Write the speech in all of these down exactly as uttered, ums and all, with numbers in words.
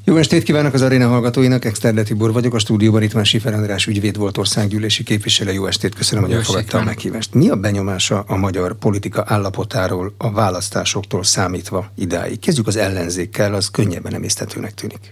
Jó estét kívánok az aréna hallgatóinak, Exterde Tibor vagyok, a stúdióban itt van Schiffer András ügyvéd volt, országgyűlési képviselő. Jó estét, köszönöm, hogy elfogadta a meghívást. Mi a benyomása a magyar politika állapotáról a választásoktól számítva idáig? Kezdjük az ellenzékkel, az könnyebben emészthetőnek tűnik.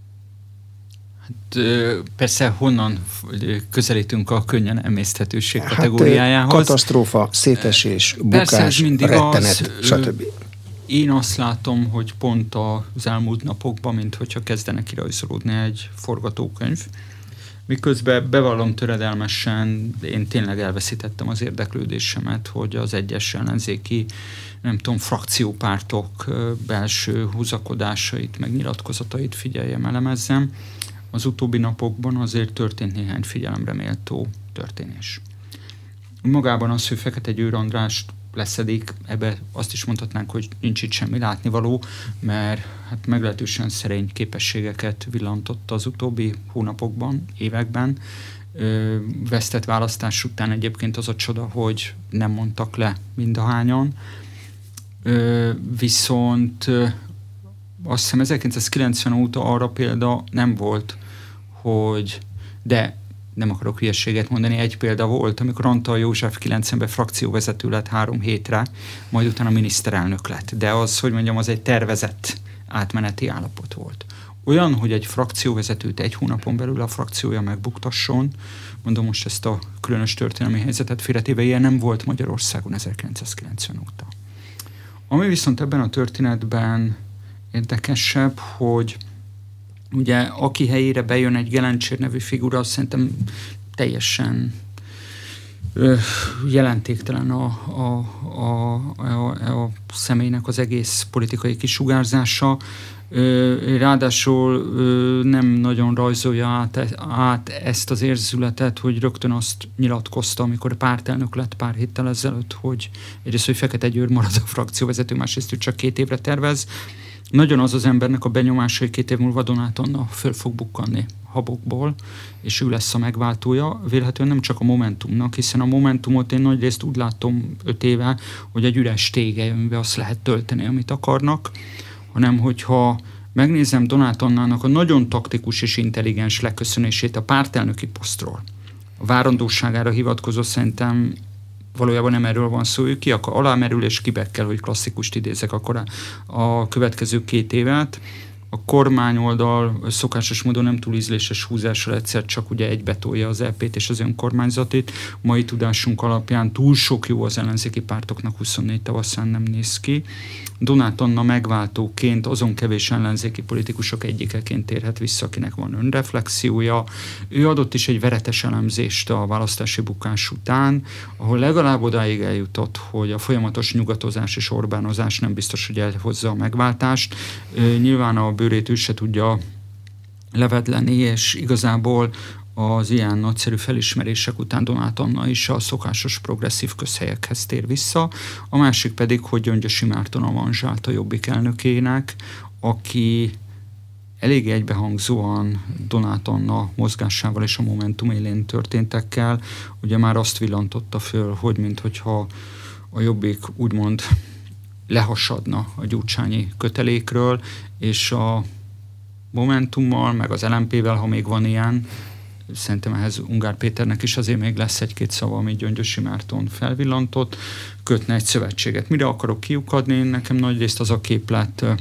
Hát, persze honnan közelítünk a könnyen emészthetőség hát, kategóriájához? Katasztrófa, szétesés, bukás, rettenet, az, stb. Én azt látom, hogy pont az elmúlt napokban, mint hogyha kezdene kirajzolódni egy forgatókönyv. Miközben bevallom töredelmesen, én tényleg elveszítettem az érdeklődésemet, hogy az egyes ellenzéki, nem tudom, frakciópártok belső húzakodásait, meg nyilatkozatait figyeljem, elemezzem. Az utóbbi napokban azért történt néhány figyelemre méltó történés. Magában az, hogy Fekete Győr Andrást leszedik, ebbe azt is mondhatnánk, hogy nincs itt semmi látnivaló, mert hát meglehetősen szerény képességeket villantott az utóbbi hónapokban, években. Ö, vesztett választás után egyébként az a csoda, hogy nem mondtak le mindahányan. Ö, viszont ö, azt hiszem ezerkilencszázkilencven óta arra példa nem volt, hogy de nem akarok hülyeséget mondani, egy példa volt, amikor Antal József kilencvenben frakcióvezető lett három hétre, majd utána miniszterelnök lett. De az, hogy mondjam, az egy tervezett átmeneti állapot volt. Olyan, hogy egy frakcióvezetőt egy hónapon belül a frakciója megbuktasson, mondom most ezt a különös történelmi helyzetet félretéve, ilyen nem volt Magyarországon ezerkilencszázkilencven óta. Ami viszont ebben a történetben érdekesebb, hogy ugye aki helyére bejön egy Gelencsér nevű figura, azt szerintem teljesen ö, jelentéktelen a, a, a, a, a személynek az egész politikai kisugárzása. Ö, ráadásul ö, nem nagyon rajzolja át, át ezt az érzületet, hogy rögtön azt nyilatkozta, amikor pártelnök lett pár héttel ezelőtt, hogy egyrészt, hogy Fekete Győr marad a frakcióvezető, másrészt ő csak két évre tervez. Nagyon az az embernek a benyomása, hogy két év múlva Donát Anna föl fog bukkanni habokból, és ő lesz a megváltója. Vélhetően nem csak a Momentumnak, hiszen a Momentumot én nagyrészt úgy látom öt éve, hogy egy üres tége, amiben azt lehet tölteni, amit akarnak, hanem hogyha megnézem Donát Annának a nagyon taktikus és intelligens leköszönését a pártelnöki posztról, a várandóságára hivatkozó, szerintem valójában nem erről van szó, ő ki akar alámerül, és kibekkel, hogy klasszikust idézek akkor a, a következő két évet. A kormányoldal szokásos módon nem túl ízléses húzással egyszer csak ugye egybetolja az é pét és az önkormányzatit. Mai tudásunk alapján túl sok jó az ellenzéki pártoknak huszonnégy tavaszán nem néz ki. Donát Anna megváltóként azon kevés ellenzéki politikusok egyikeként térhet vissza, akinek van önreflexiója. Ő adott is egy veretes elemzést a választási bukás után, ahol legalább odáig eljutott, hogy a folyamatos nyugatozás és Orbánozás nem biztos, hogy elhozza a megváltást. Nyilván a bőrét ő se tudja levedleni, és igazából az ilyen nagyszerű felismerések után Donát Anna is a szokásos progresszív közhelyekhez tér vissza. A másik pedig, hogy Gyöngyösi Márton avanzsált a Jobbik elnökének, aki elég egybehangzóan Donát Anna mozgásával és a Momentum élén történtekkel, ugye már azt villantotta föl, hogy minthogyha a Jobbik úgymond lehasadna a gyurcsányi kötelékről, és a Momentummal, meg az el em pével, ha még van ilyen, szerintem ehhez Ungár Péternek is azért még lesz egy-két szava, amit Gyöngyösi Márton felvillantott, kötne egy szövetséget. Mire akarok kiukadni? Nekem nagyrészt az a képlet ö,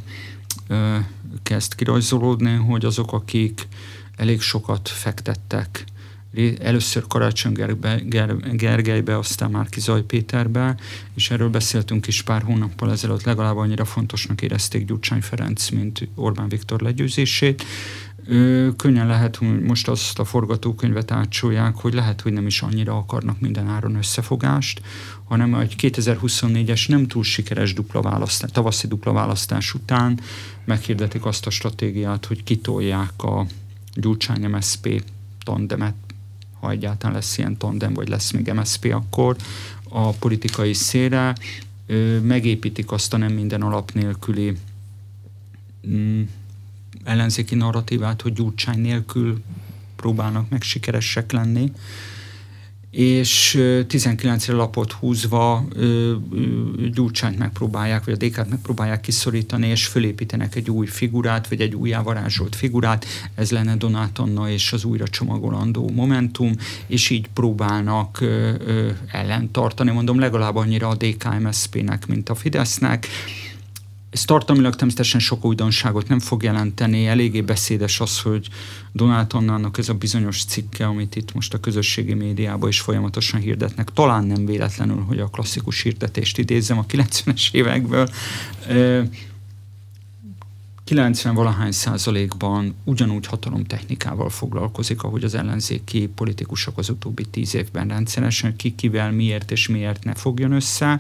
ö, kezd kirajzolódni, hogy azok, akik elég sokat fektettek, először Karácsony Gergelybe, aztán Márki-Zay Péterbe, és erről beszéltünk is pár hónappal ezelőtt, legalább annyira fontosnak érezték Gyurcsány Ferenc, mint Orbán Viktor legyőzését. Ö, könnyen lehet, hogy most azt a forgatókönyvet átsolják, hogy lehet, hogy nem is annyira akarnak minden áron összefogást, hanem egy kétezer-huszonnégyes nem túl sikeres dupla választás, tavaszi dupla választás után meghirdetik azt a stratégiát, hogy kitolják a Gyurcsány em es zé pé tandemet, ha egyáltalán lesz ilyen tandem, vagy lesz még em es zé pé akkor, a politikai szélre, ö, megépítik azt a nem minden alap nélküli mm, ellenzéki narratívát, hogy Gyurcsány nélkül próbálnak meg sikeresek lenni, és tizenkilencre lapot húzva Gyurcsányt megpróbálják, vagy a dé ká-t megpróbálják kiszorítani, és fölépítenek egy új figurát, vagy egy újjávarázsolt figurát, ez lenne Donát Anna és az újra csomagolandó Momentum, és így próbálnak ellen tartani, mondom, legalább annyira a dé ká em es zé pé-nek, mint a Fidesznek. Ez tartalmilag természetesen sok újdonságot nem fog jelenteni, eléggé beszédes az, hogy Donát Annának ez a bizonyos cikke, amit itt most a közösségi médiában is folyamatosan hirdetnek, talán nem véletlenül, hogy a klasszikus hirdetést idézzem a kilencvenes évekből, kilencven-valahány százalékban ugyanúgy hatalomtechnikával foglalkozik, ahogy az ellenzéki politikusok az utóbbi tíz évben rendszeresen, ki kivel, miért és miért ne fogjon össze.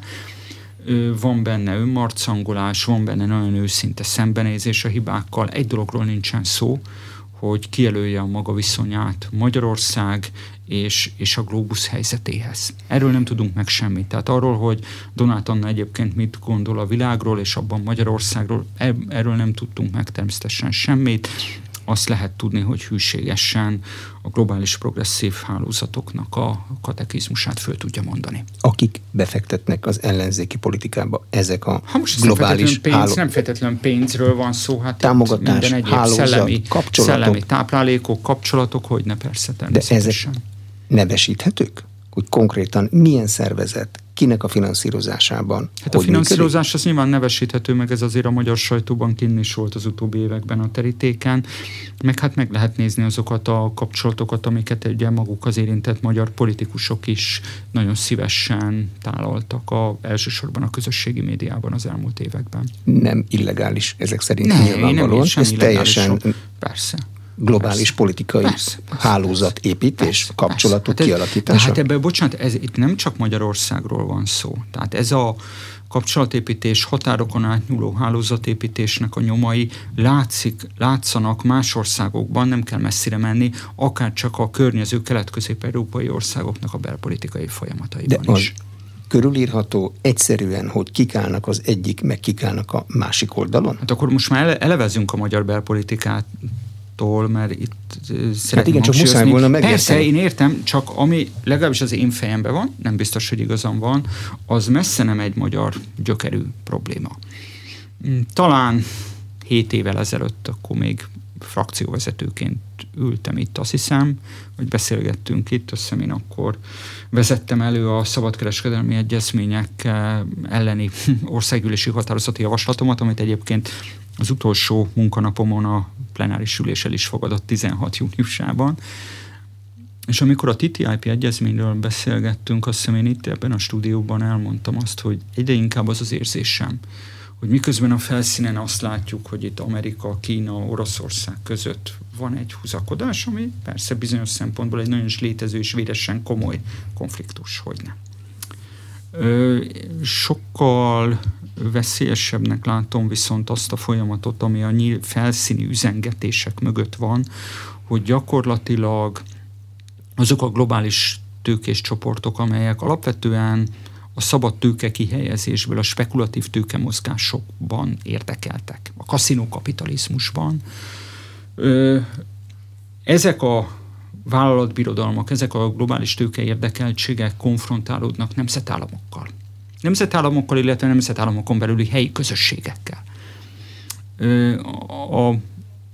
Van benne önmarcangolás, van benne nagyon őszinte szembenézés a hibákkal. Egy dologról nincsen szó, hogy kijelölje a maga viszonyát Magyarország és, és a Glóbusz helyzetéhez. Erről nem tudunk meg semmit. Tehát arról, hogy Donát Anna egyébként mit gondol a világról és abban Magyarországról, erről nem tudtunk meg természetesen semmit. Azt lehet tudni, hogy hűségesen a globális progresszív hálózatoknak a katekizmusát föl tudja mondani. Akik befektetnek az ellenzéki politikába, ezek a ha most globális pénz, háló... nem feltétlenül pénzről van szó, hát támogatás, minden egyéb hálózat, szellemi, kapcsolatok. szellemi táplálékok, kapcsolatok, hogy ne persze természetesen. De ezek nevesíthetők? Hogy konkrétan milyen szervezet, kinek a finanszírozásában? Hát a finanszírozás működik? Az nyilván nevesíthető, meg ez azért a magyar sajtóban kinn is volt az utóbbi években a terítéken, meg hát meg lehet nézni azokat a kapcsolatokat, amiket ugye maguk az érintett magyar politikusok is nagyon szívesen tálaltak a, elsősorban a közösségi médiában az elmúlt években. Nem illegális ezek szerint ne, nyilvánvalóan. Nem, ez teljesen persze. globális persze. politikai persze, persze, hálózatépítés, persze, kapcsolatok persze. kialakítása. Hát, hát ebben, bocsánat, ez itt nem csak Magyarországról van szó. Tehát ez a kapcsolatépítés, határokon átnyúló hálózatépítésnek a nyomai látszik, látszanak más országokban, nem kell messzire menni, akár csak a környező kelet-közép-európai országoknak a belpolitikai folyamataiban De is. Körülírható egyszerűen, hogy kik állnak az egyik, meg kik állnak a másik oldalon? Hát akkor most már elevezzünk a magyar belpolitikát, mert itt szeretném hát igen, csak muszáj volna megérteni. Persze, én értem, csak ami legalábbis az én fejemben van, nem biztos, hogy igazam van, az messze nem egy magyar gyökerű probléma. Talán hét évvel ezelőtt, akkor még frakcióvezetőként ültem itt, azt hiszem, hogy beszélgettünk itt, azt hiszem én akkor vezettem elő a szabadkereskedelmi egyezmények elleni országgyűlési határozati javaslatomat, amit egyébként az utolsó munkanapomon a plenáris üléssel is fogadott tizenhat júniusában. És amikor a té té i pé egyezményről beszélgettünk, azt hiszem én itt ebben a stúdióban elmondtam azt, hogy egyre inkább az az érzésem, hogy miközben a felszínen azt látjuk, hogy itt Amerika, Kína, Oroszország között van egy húzakodás, ami persze bizonyos szempontból egy nagyon is létező és véresen komoly konfliktus, hogy nem. Ö, sokkal veszélyesebbnek látom viszont azt a folyamatot, ami a nyíl, felszíni üzengetések mögött van, hogy gyakorlatilag azok a globális tőkés csoportok, amelyek alapvetően a szabad tőke kihelyezésből, a spekulatív tőkemozgásokban érdekeltek, a kaszinókapitalizmusban. Ö, ezek a vállalatbirodalmak, ezek a globális tőke érdekeltségek konfrontálódnak nemzetállamokkal. Nemzetállamokkal, illetve nemzetállamokon belüli helyi közösségekkel. Ö, a, a,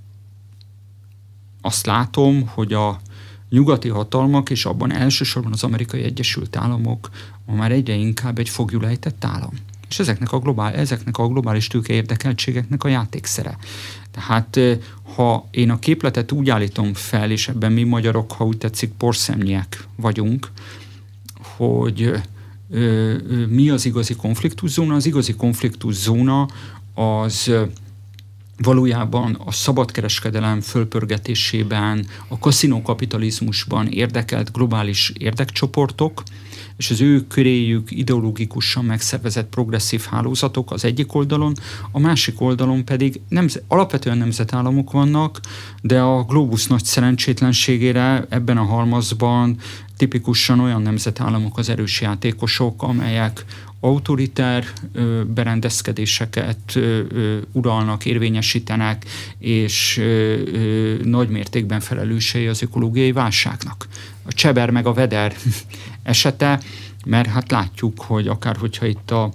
azt látom, hogy a nyugati hatalmak, és abban elsősorban az Amerikai Egyesült Államok ma már egyre inkább egy foglyulejtett állam. És ezeknek a, globál, ezeknek a globális tőke érdekeltségeknek a játékszere. Tehát ha én a képletet úgy állítom fel, és ebben mi magyarok, ha úgy tetszik, porszemnyiek vagyunk, hogy ö, ö, mi az igazi konfliktuszóna? Az igazi konfliktuszóna az valójában a szabadkereskedelem fölpörgetésében, a kaszinókapitalizmusban érdekelt globális érdekcsoportok, és az ő köréjük ideológikusan megszervezett progresszív hálózatok az egyik oldalon, a másik oldalon pedig nemze- alapvetően nemzetállamok vannak, de a glóbusz nagy szerencsétlenségére ebben a halmazban tipikusan olyan nemzetállamok az erős játékosok, amelyek autoritár ö, berendezkedéseket ö, ö, uralnak, érvényesítenek, és ö, ö, nagy mértékben felelősei az ökológiai válságnak. A Cseber meg a Veder esete, mert hát látjuk, hogy akár hogyha itt a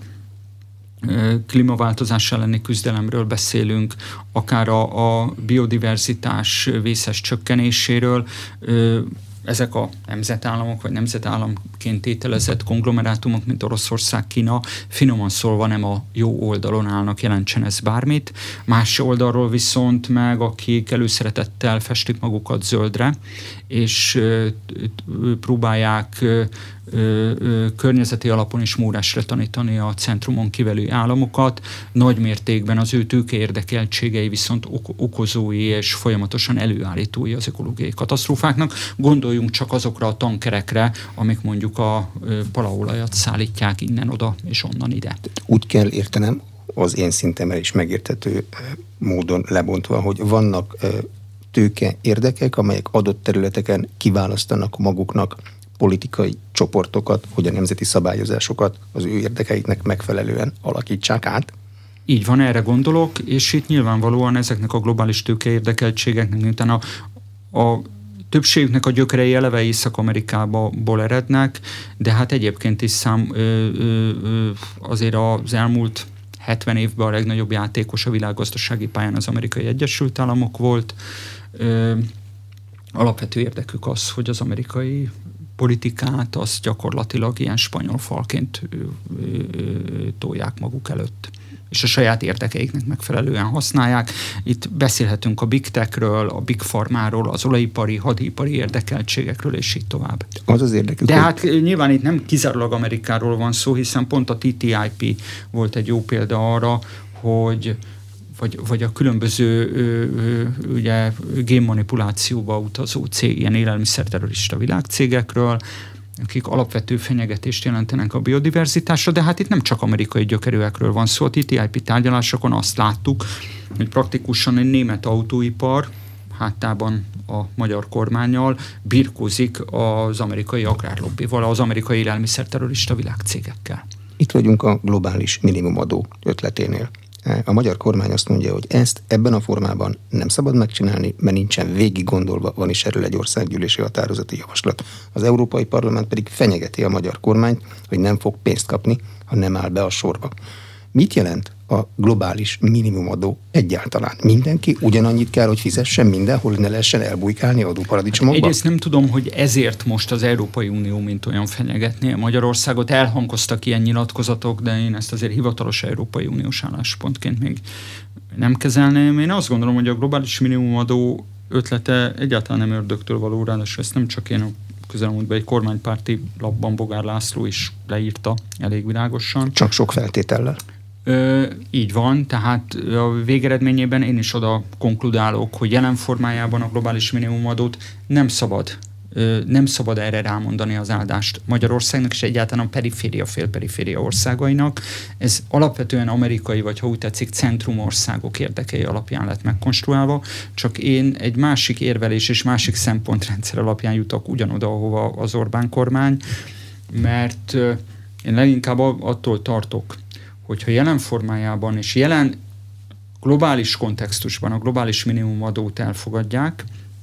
klímaváltozás elleni küzdelemről beszélünk, akár a, a biodiverzitás vészes csökkenéséről, ezek a nemzetállamok, vagy nemzetállamként tételezett konglomerátumok, mint Oroszország, Kína, finoman szólva nem a jó oldalon állnak, jelentsen ez bármit. Más oldalról viszont meg, akik előszeretettel festik magukat zöldre, és próbálják Ö, ö, környezeti alapon is mórásra tanítani a centrumon kivelő államokat. Nagy mértékben az ő tőke érdekeltségei viszont ok- okozói és folyamatosan előállítói az ökológiai katasztrófáknak. Gondoljunk csak azokra a tankerekre, amik mondjuk a ö, palaolajat szállítják innen oda és onnan ide. Úgy kell értenem, az én szintemre is megérthető módon lebontva, hogy vannak ö, tőke érdekek, amelyek adott területeken kiválasztanak maguknak politikai csoportokat, hogy a nemzeti szabályozásokat az ő érdekeiknek megfelelően alakítsák át. Így van, erre gondolok, és itt nyilvánvalóan ezeknek a globális tőke érdekeltségeknek, miután a, a többségüknek a gyökerei eleve Észak-Amerikából erednek, de hát egyébként is szám, ö, ö, ö, azért az elmúlt hetven évben a legnagyobb játékos a világgazdasági pályán az Amerikai Egyesült Államok volt. Ö, alapvető érdekük az, hogy az amerikai politikát az gyakorlatilag ilyen spanyol falként ö, ö, ö, tolják maguk előtt, és a saját érdekeiknek megfelelően használják. Itt beszélhetünk a Big Techről, a Big Pharmáról, az olajipari, hadipari érdekeltségekről, és így tovább. Az az érdekük. De hát nyilván itt nem kizárólag Amerikáról van szó, hiszen pont a T T I P volt egy jó példa arra, hogy Vagy, vagy a különböző ö, ö, ugye, génmanipulációba utazó cég, ilyen élelmiszerterrorista világcégekről, akik alapvető fenyegetést jelentenek a biodiverzitásra, de hát itt nem csak amerikai gyökerűekről van szó. A T T I P tárgyalásokon azt láttuk, hogy praktikusan egy német autóipar háttában a magyar kormánnyal birkózik az amerikai agrárlobbival, az amerikai élelmiszerterrorista világcégekkel. Itt vagyunk a globális minimumadó ötleténél. A magyar kormány azt mondja, hogy ezt ebben a formában nem szabad megcsinálni, mert nincsen végig gondolva, van is erről egy országgyűlési határozati javaslat. Az Európai Parlament pedig fenyegeti a magyar kormányt, hogy nem fog pénzt kapni, ha nem áll be a sorba. Mit jelent a globális minimumadó egyáltalán? Mindenki ugyanannyit kell, hogy fizessen mindenhol, ne lehessen elbujkálni adóparadicsomokba? Hát egyrészt nem tudom, hogy ezért most az Európai Unió mint olyan fenyegetné a Magyarországot. Elhangoztak ilyen nyilatkozatok, de én ezt azért hivatalos Európai Uniós álláspontként még nem kezelném. Én azt gondolom, hogy a globális minimumadó ötlete egyáltalán nem ördögtől való, ráadásul ezt nem csak én a közelmúltban egy kormánypárti lapban Bogár László is leírta elég világosan. Csak sok feltétellel. Ö, így van, tehát a végeredményében én is oda konkludálok, hogy jelen formájában a globális minimumadót nem szabad, ö, nem szabad erre rámondani az áldást Magyarországnak, és egyáltalán a periféria, félperiféria országainak. Ez alapvetően amerikai, vagy ha úgy tetszik, centrumországok érdekei alapján lett megkonstruálva, csak én egy másik érvelés és másik szempontrendszer alapján jutok ugyanoda, ahova az Orbán kormány, mert ö, én leginkább attól tartok, hogyha jelen formájában és jelen globális kontextusban a globális minimumadót elfogadják,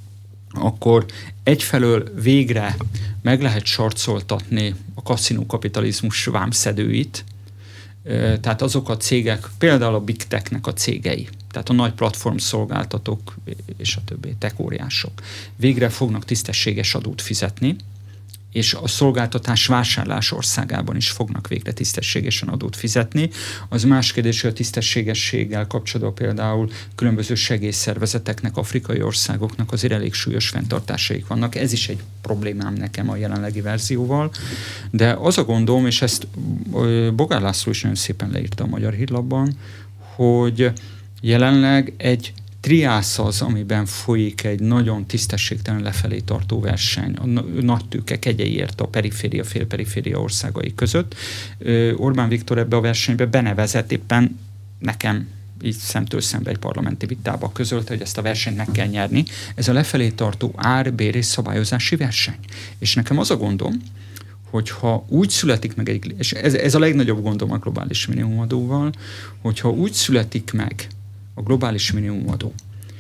akkor egyfelől végre meg lehet sarcoltatni a kaszinókapitalizmus vámszedőit, tehát azok a cégek, például a Big Technek a cégei, tehát a nagy platformszolgáltatók és a többi techóriások végre fognak tisztességes adót fizetni, és a szolgáltatás vásárlás országában is fognak végre tisztességesen adót fizetni. Az más kérdés, hogy a tisztességességgel kapcsolatban például különböző segélyszervezeteknek, afrikai országoknak azért elég súlyos fenntartásaik vannak. Ez is egy problémám nekem a jelenlegi verzióval. De az a gondom, és ezt Bogár László is nagyon szépen leírta a Magyar Hírlapban, hogy jelenleg egy triász az, amiben folyik egy nagyon tisztességtelen lefelé tartó verseny a nagy tőke kegyeiért a periféria, félperiféria országai között. Orbán Viktor ebbe a versenybe benevezett, éppen nekem így szemtől szembe egy parlamenti vitába közölte, hogy ezt a versenyt meg kell nyerni. Ez a lefelé tartó ár, bér és szabályozási verseny. És nekem az a gondom, hogyha úgy születik meg egy, és ez, ez a legnagyobb gondom a globális minimumadóval, hogyha úgy születik meg a globális minimumadó,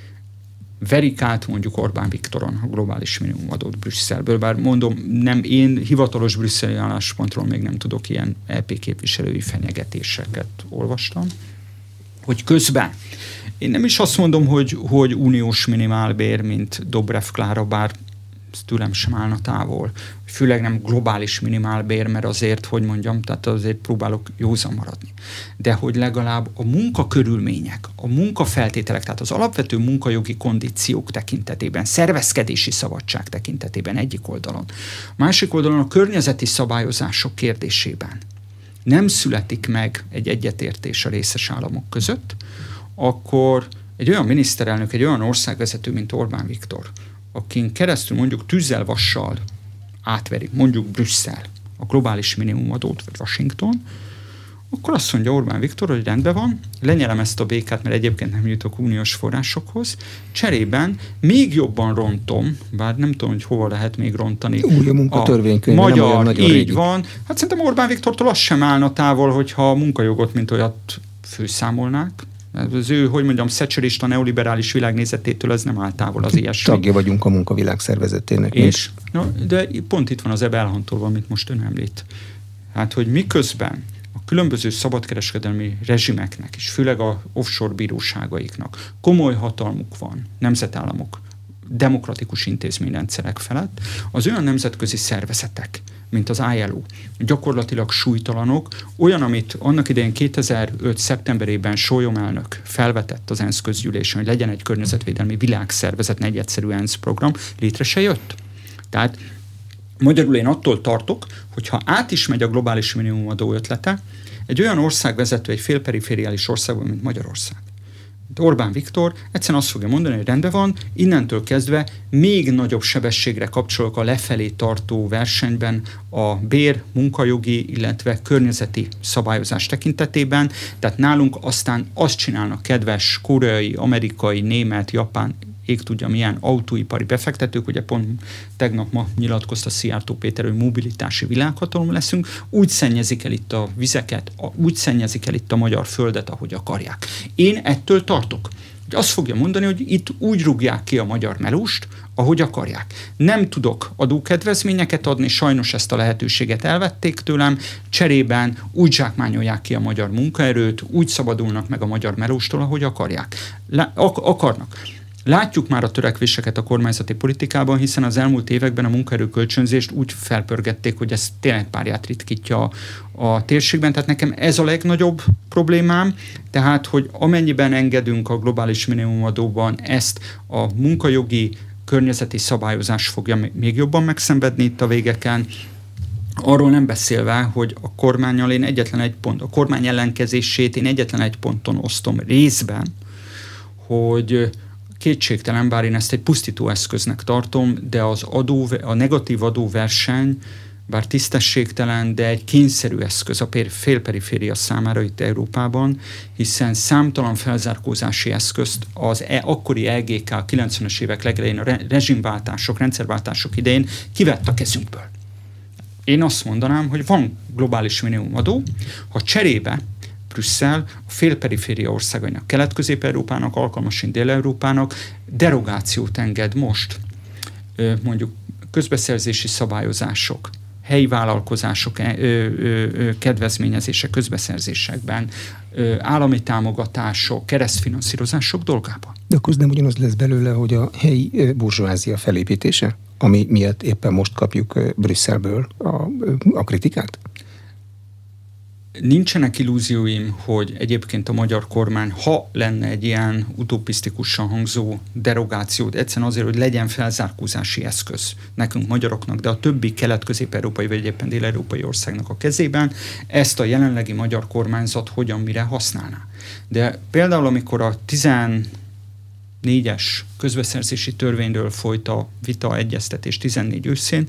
verik át mondjuk Orbán Viktoron a globális minimumadót Brüsszelből, bár mondom, nem, én hivatalos brüsszeli álláspontról még nem tudok, ilyen é pé képviselői fenyegetéseket olvastam, hogy közben én nem is azt mondom, hogy, hogy uniós minimálbér, mint Dobrev Klára, bár tőlem sem állna távol. Főleg nem globális minimálbér, mert azért, hogy mondjam, tehát azért próbálok józan maradni. De hogy legalább a munkakörülmények, a munkafeltételek, tehát az alapvető munkajogi kondíciók tekintetében, szervezkedési szabadság tekintetében egyik oldalon, másik oldalon a környezeti szabályozások kérdésében nem születik meg egy egyetértés a részes államok között, akkor egy olyan miniszterelnök, egy olyan országvezető, mint Orbán Viktor, akin keresztül mondjuk tűzzel, vassal átverik, mondjuk Brüsszel a globális minimumadót, vagy Washington, akkor azt mondja Orbán Viktor, hogy rendben van, lenyelem ezt a békát, mert egyébként nem jutok uniós forrásokhoz, cserében még jobban rontom, bár nem tudom, hogy hova lehet még rontani. Új a munkatörvénykönyv, magyar, nem olyan nagyon így régi. van. Hát szerintem Orbán Viktortól az sem állna távol, hogyha a munkajogot, mint olyat főszámolnák. Az ő, hogy mondjam, szecserista neoliberális világnézetétől ez nem áll távol az ilyesmi. Tagja vagyunk a munkavilágszervezetének. És, na, de pont itt van az ebe elhantolva, amit most ön említ. Hát, hogy miközben a különböző szabadkereskedelmi rezsimeknek, és főleg a offshore bíróságaiknak komoly hatalmuk van nemzetállamok, demokratikus intézményrendszerek felett, az olyan nemzetközi szervezetek, mint az i el o, gyakorlatilag súlytalanok, olyan, amit annak idején kétezer-öt. szeptemberében Sólyom elnök felvetett az ENSZ közgyűlésen, hogy legyen egy környezetvédelmi világszervezet, ne egy egyszerű ENSZ program, létre se jött. Tehát magyarul én attól tartok, hogyha át is megy a globális minimumadó ötlete, egy olyan országvezető, egy félperifériális országban, mint Magyarország, Orbán Viktor egyszerűen azt fogja mondani, hogy rendben van, innentől kezdve még nagyobb sebességre kapcsolok a lefelé tartó versenyben a bér, munkajogi, illetve környezeti szabályozás tekintetében. Tehát nálunk aztán azt csinálnak kedves koreai, amerikai, német, japán, ég tudja milyen autóipari befektetők, ugye pont tegnap ma nyilatkozta Szijjártó Péter, hogy mobilitási világhatalom leszünk, úgy szennyezik el itt a vizeket, úgy szennyezik el itt a magyar földet, ahogy akarják. Én ettől tartok. Azt fogja mondani, hogy itt úgy rúgják ki a magyar melust, ahogy akarják. Nem tudok adókedvezményeket adni, sajnos ezt a lehetőséget elvették tőlem, cserében úgy zsákmányolják ki a magyar munkaerőt, úgy szabadulnak meg a magyar melustól, ahogy akarják. Le, ak- akarnak. Látjuk már a törekvéseket a kormányzati politikában, hiszen az elmúlt években a munkaerőkölcsönzést úgy felpörgették, hogy ez tényleg párját ritkítja a, a térségben. Tehát nekem ez a legnagyobb problémám, tehát, hogy amennyiben engedünk a globális minimumadóban, ezt a munkajogi környezeti szabályozás fogja még jobban megszenvedni itt a végeken. Arról nem beszélve, hogy a kormánnyal én egyetlen egy pont, a kormány ellenkezését én egyetlen egy ponton osztom részben, hogy kétségtelen, bár én ezt egy pusztító eszköznek tartom, de az adó, a negatív adóverseny, bár tisztességtelen, de egy kényszerű eszköz a félperiféria számára itt Európában, hiszen számtalan felzárkózási eszközt az e, akkori é gé ká kilencvenes évek legelején a re, rezsimváltások, rendszerváltások idején kivett a kezünkből. Én azt mondanám, hogy van globális minimumadó, ha cserébe Brüsszel a félperiféria országainak, Kelet-Közép-Európának, alkalmasint Dél-Európának derogációt enged most, mondjuk közbeszerzési szabályozások, helyi vállalkozások kedvezményezése közbeszerzésekben, állami támogatások, keresztfinanszírozások dolgában. De akkor nem ugyanaz lesz belőle, hogy a helyi burzsóázia felépítése, ami miatt éppen most kapjuk Brüsszelből a, a kritikát? Nincsenek illúzióim, hogy egyébként a magyar kormány, ha lenne egy ilyen utopisztikusan hangzó derogációt, egyszerűen azért, hogy legyen felzárkózási eszköz nekünk magyaroknak, de a többi kelet-közép-európai vagy éppen dél-európai országnak a kezében, ezt a jelenlegi magyar kormányzat hogyan, mire használná. De például, amikor a tizennégyes közbeszerzési törvényről folyt a vita egyeztetés tizennégy őszén,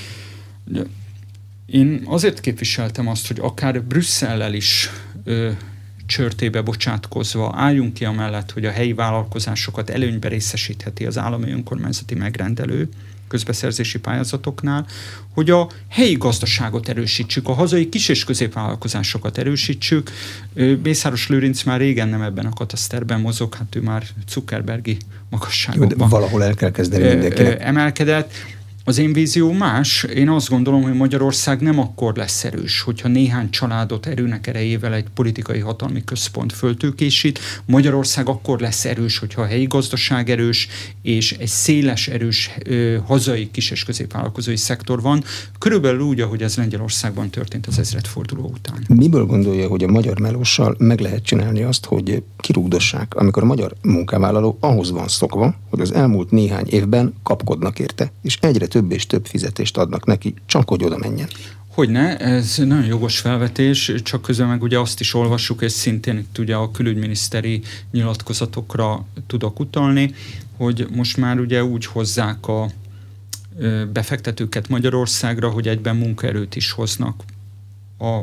én azért képviseltem azt, hogy akár Brüsszellel is ö, csörtébe bocsátkozva álljunk ki amellett, hogy a helyi vállalkozásokat előnybe részesítheti az állami önkormányzati megrendelő, közbeszerzési pályázatoknál, hogy a helyi gazdaságot erősítsük, a hazai kis- és középvállalkozásokat erősítsük. Mészáros Lőrinc már régen nem ebben a kataszterben mozog, hát ő már Zuckerbergi magasságokban valahol el kell kezdeni mindenkinek. Emelkedett. Az én vízió más. Én azt gondolom, hogy Magyarország nem akkor lesz erős, hogyha néhány családot erőnek erejével egy politikai hatalmi központ föltőkésít. Magyarország akkor lesz erős, hogyha a helyi gazdaság erős, és egy széles, erős ö, hazai kis- és középvállalkozói szektor van. Körülbelül úgy, ahogy ez Lengyelországban történt az ezredforduló után. Miből gondolja, hogy a magyar melóssal meg lehet csinálni azt, hogy kirúgdossák, amikor a magyar munkavállaló ahhoz van szokva, hogy az elmúlt néhány évben kapkodnak érte, és egyre több és több fizetést adnak neki, csak hogy oda menjen. Hogyne, ez nagyon jogos felvetés, csak közben meg ugye azt is olvassuk, és szintén itt ugye a külügyminiszteri nyilatkozatokra tudok utalni, hogy most már ugye úgy hozzák a befektetőket Magyarországra, hogy egyben munkaerőt is hoznak a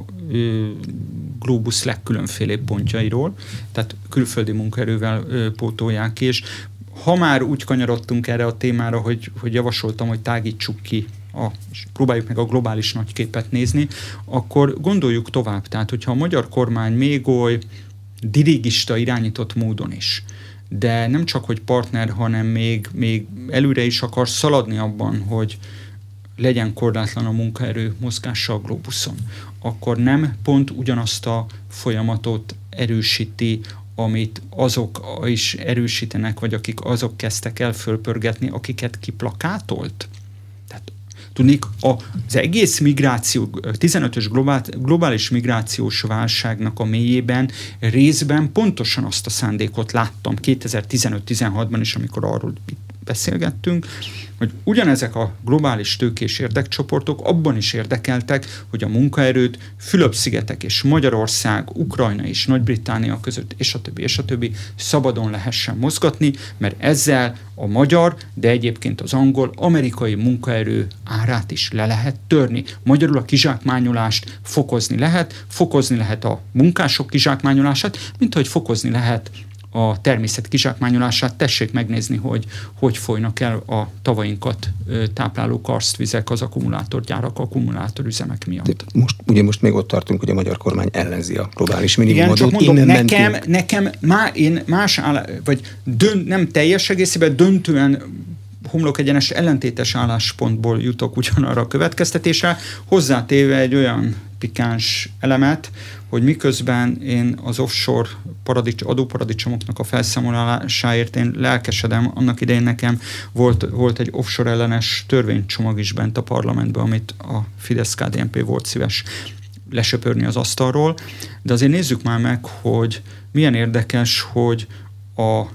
Globus legkülönfélébb pontjairól, tehát külföldi munkaerővel pótolják ki, és ha már úgy kanyarodtunk erre a témára, hogy, hogy javasoltam, hogy tágítsuk ki, a, és próbáljuk meg a globális nagyképet nézni, akkor gondoljuk tovább. Tehát, hogyha a magyar kormány még oly dirigista irányított módon is, de nem csak, hogy partner, hanem még, még előre is akar szaladni abban, hogy legyen korlátlan a munkaerő mozgása a globuszon, akkor nem pont ugyanazt a folyamatot erősíti, amit azok is erősítenek, vagy akik azok kezdtek el fölpörgetni, akiket kiplakátolt. Tehát tudnék, az egész migráció, tizenötös globál, globális migrációs válságnak a mélyében részben pontosan azt a szándékot láttam kétezer-tizenöt-tizenhatban is, amikor arról beszélgettünk, hogy ugyanezek a globális tőkés érdekcsoportok abban is érdekeltek, hogy a munkaerőt Fülöp-szigetek és Magyarország, Ukrajna és Nagy-Britannia között, és a többi, és a többi szabadon lehessen mozgatni, mert ezzel a magyar, de egyébként az angol, amerikai munkaerő árát is le lehet törni. Magyarul a kizsákmányolást fokozni lehet, fokozni lehet a munkások kizsákmányolását, mint hogy fokozni lehet a természet kizsákmányolását. Tessék megnézni, hogy hogy folynak el a tavainkat tápláló karstvizek az akkumulátorgyárak, akkumulátorüzemek miatt. De most, ugye most még ott tartunk, hogy a magyar kormány ellenzi a globális minimumadót. Igen, csak mondom, nekem, nekem má, én más áll, vagy dönt, nem teljes egészében, döntően homlok egyenes ellentétes álláspontból jutok ugyanarra a következtetésre, hozzátéve egy olyan pikáns elemet, hogy miközben én az offshore paradics, adóparadicsomoknak a felszámolásáért én lelkesedem, annak idején nekem volt, volt egy offshore ellenes törvénycsomag is bent a parlamentben, amit a Fidesz-ká dé en pé volt szíves lesöpörni az asztalról, de azért nézzük már meg, hogy milyen érdekes, hogy a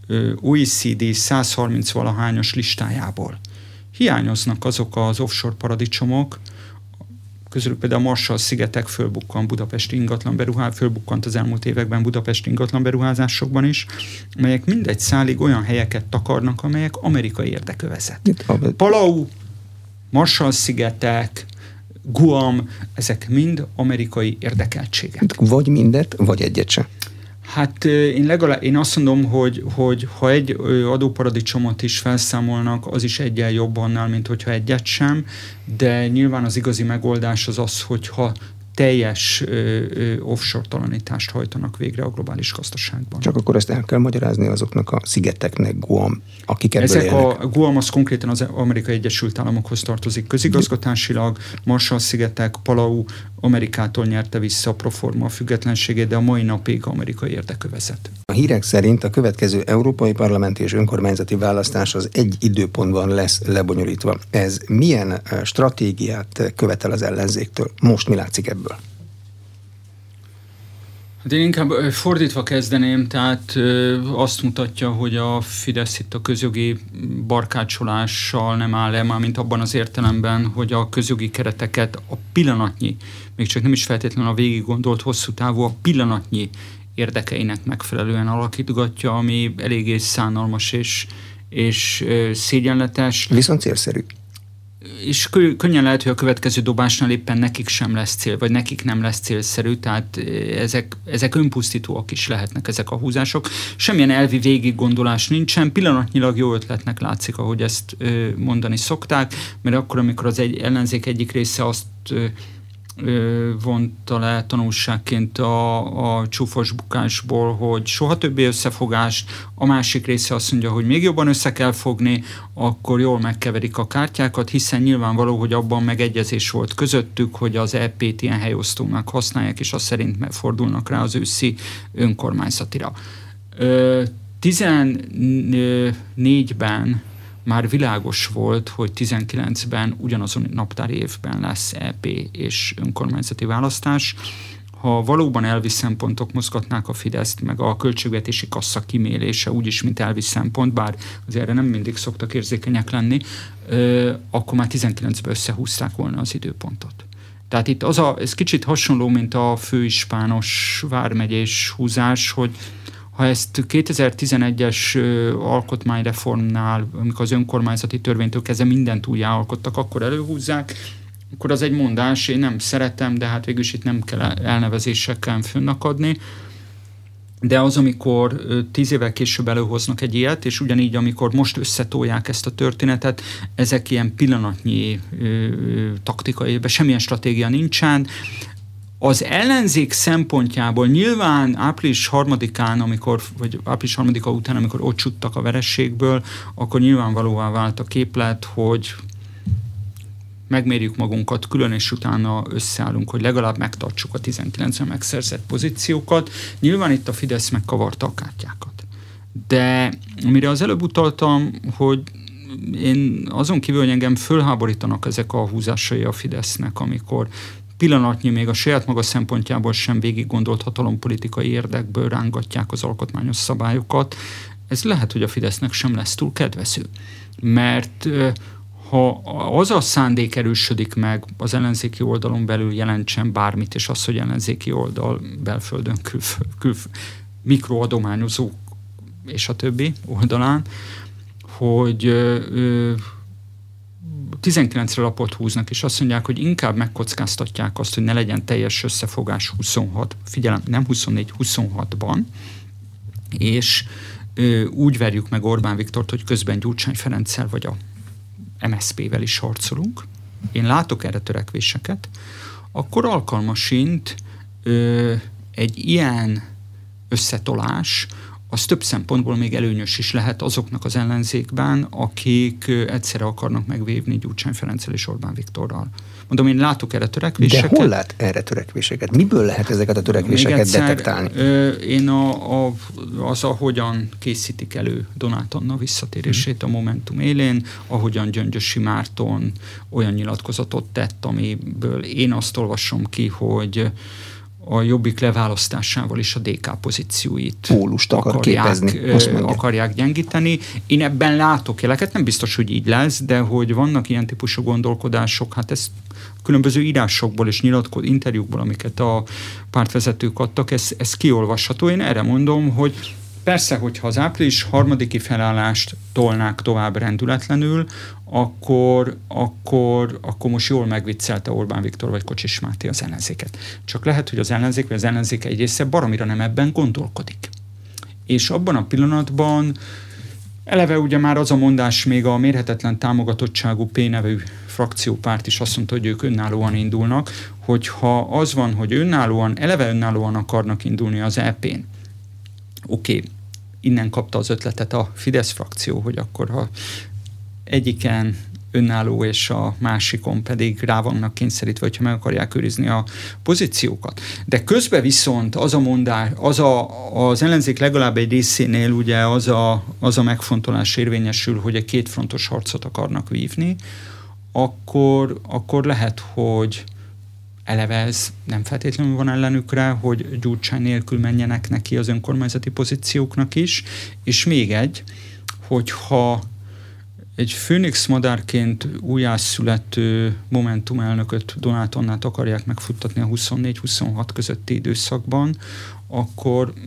o e cé dé száz harminc valahányos listájából hiányoznak azok az offshore paradicsomok, közülük például a Marshall-szigetek fölbukkant Budapesti ingatlan beruházás, fölbukkant az elmúlt években Budapesti ingatlan beruházásokban is, melyek mindegy szálig olyan helyeket takarnak, amelyek amerikai érdekövezet. Palau, Marshall-szigetek, Guam, ezek mind amerikai érdekeltségek. Vagy mindet, vagy egyet sem. Hát én legalább, én azt mondom, hogy, hogy ha egy adóparadicsomot is felszámolnak, az is egyen jobb annál, mint hogyha egyet sem, de nyilván az igazi megoldás az az, hogyha teljes ö, ö, offshore-talanítást hajtanak végre a globális gazdaságban. Csak akkor ezt el kell magyarázni azoknak a szigeteknek, Guam, akik ebből Ezek élnek. a Guam az konkrétan az Amerikai Egyesült Államokhoz tartozik közigazgatásilag, Marshall-szigetek, Palau Amerikától nyerte vissza a proforma a függetlenségét, de a mai napig amerikai érdekövezet. A hírek szerint a következő európai parlamenti és önkormányzati választás az egy időpontban lesz lebonyolítva. Ez milyen stratégiát követel az ellenzéktől? Most mi látszik ebből? Hát én inkább fordítva kezdeném, tehát azt mutatja, hogy a Fidesz itt a közjogi barkácsolással nem áll le, már mint abban az értelemben, hogy a közjogi kereteket a pillanatnyi, még csak nem is feltétlenül a végig gondolt hosszú távú, a pillanatnyi érdekeinek megfelelően alakítgatja, ami eléggé szánalmas és, és szégyenletes. Viszont célszerű. és könnyen lehet, hogy a következő dobásnál éppen nekik sem lesz cél, vagy nekik nem lesz célszerű, tehát ezek, ezek önpusztítóak is lehetnek ezek a húzások. Semmilyen elvi végiggondolás nincsen, pillanatnyilag jó ötletnek látszik, ahogy ezt mondani szokták, mert akkor, amikor az egy ellenzék egyik része azt vonta le tanulságként a, a csúfos bukásból, hogy soha többé összefogást, a másik része azt mondja, hogy még jobban össze kell fogni, akkor jól megkeverik a kártyákat, hiszen nyilvánvaló, hogy abban megegyezés volt közöttük, hogy az é pét ilyen helyosztónak használják, és azt szerint fordulnak rá az őszi önkormányzatira. tizennégyben már világos volt, hogy tizenkilencben ugyanazon naptári évben lesz é pé és önkormányzati választás. Ha valóban elvi szempontok mozgatnák a Fideszt, meg a költségvetési kassa kimélése úgyis, mint elvi szempont, bár azért erre nem mindig szoktak érzékenyek lenni, akkor már tizenkilencben összehúzták volna az időpontot. Tehát itt az a, ez kicsit hasonló, mint a főispános vármegyés húzás, hogy ha ezt kétezer-tizenegyes alkotmányreformnál, amikor az önkormányzati törvénytől kezdve mindent újjáalkottak, akkor előhúzzák, akkor az egy mondás, én nem szeretem, de hát végülis itt nem kell elnevezésekkel fönnakadni. De az, amikor tíz évvel később előhoznak egy ilyet, és ugyanígy, amikor most összetolják ezt a történetet, ezek ilyen pillanatnyi ö, taktikai, semmilyen stratégia nincsen. Az ellenzék szempontjából nyilván április harmadikán, amikor, vagy április harmadika után, amikor ott csuttak a verességből, akkor nyilvánvalóvá vált a képlet, hogy megmérjük magunkat külön, és utána összeállunk, hogy legalább megtartsuk a tizenkilencben megszerzett pozíciókat. Nyilván itt a Fidesz megkavarta a kártyákat. De amire az előbb utaltam, hogy én azon kívül, hogy engem fölháborítanak ezek a húzásai a Fidesznek, amikor pillanatnyi még a saját maga szempontjából sem végig gondolt hatalompolitikai érdekből rángatják az alkotmányos szabályokat, ez lehet, hogy a Fidesznek sem lesz túl kedvező. Mert ha az a szándék erősödik meg az ellenzéki oldalon belül, jelentsen bármit, és az, hogy ellenzéki oldal belföldön, külf, külf, mikroadományozók és a többi oldalán, hogy ö, tizenkilencre lapot húznak, és azt mondják, hogy inkább megkockáztatják azt, hogy ne legyen teljes összefogás huszonhat, figyelem, nem huszonnégy, huszonhatban, és ö, úgy verjük meg Orbán Viktort, hogy közben Gyurcsány Ferenccel vagy a em es zé pé-vel is harcolunk, én látok erre törekvéseket, akkor alkalmasint ö, egy ilyen összetolás, az több szempontból még előnyös is lehet azoknak az ellenzékben, akik egyszerre akarnak megvívni Gyurcsány Ferenccel és Orbán Viktorral. Mondom, én látok erre törekvéseket. De hol lát erre törekvéseket? Miből lehet ezeket a törekvéseket egyszer, detektálni? Ö, én a, a, az, ahogyan készítik elő Donát Anna visszatérését hmm. a Momentum élén, ahogyan Gyöngyösi Márton olyan nyilatkozatot tett, amiből én azt olvasom ki, hogy a Jobbik leválasztásával is a dé ká pozícióit Pólust akar akarják, képezni, akarják gyengíteni. Én ebben látok jeleket, nem biztos, hogy így lesz, de hogy vannak ilyen típusú gondolkodások, hát ez különböző írásokból és nyilatkoz, interjúkból, amiket a pártvezetők adtak, ez, ez kiolvasható. Én erre mondom, hogy persze, hogyha az április harmadiki felállást tolnák tovább rendületlenül, akkor, akkor, akkor most jól megviccelte Orbán Viktor vagy Kocsis Máté az ellenzéket. Csak lehet, hogy az ellenzék vagy az ellenzék egy része baromira nem ebben gondolkodik. És abban a pillanatban eleve ugye már az a mondás, még a mérhetetlen támogatottságú P nevű frakciópárt is azt mondta, hogy ők önállóan indulnak, hogyha az van, hogy önállóan, eleve önállóan akarnak indulni az é pén, oké, okay, innen kapta az ötletet a Fidesz frakció, hogy akkor ha egyiken önálló és a másikon pedig rá vannak kényszerítve, hogyha meg akarják őrizni a pozíciókat. De közben viszont az a mondás, az a, az ellenzék legalább egy részénél ugye az a, az a megfontolás érvényesül, hogy egy kétfrontos harcot akarnak vívni, akkor, akkor lehet, hogy eleve ez nem feltétlenül van ellenükre, hogy Gyurcsány nélkül menjenek neki az önkormányzati pozícióknak is, és még egy, hogyha egy főnix madárként újjászülető Momentum elnököt, Donát Annát akarják megfuttatni a huszonnégy huszonhat közötti időszakban, akkor még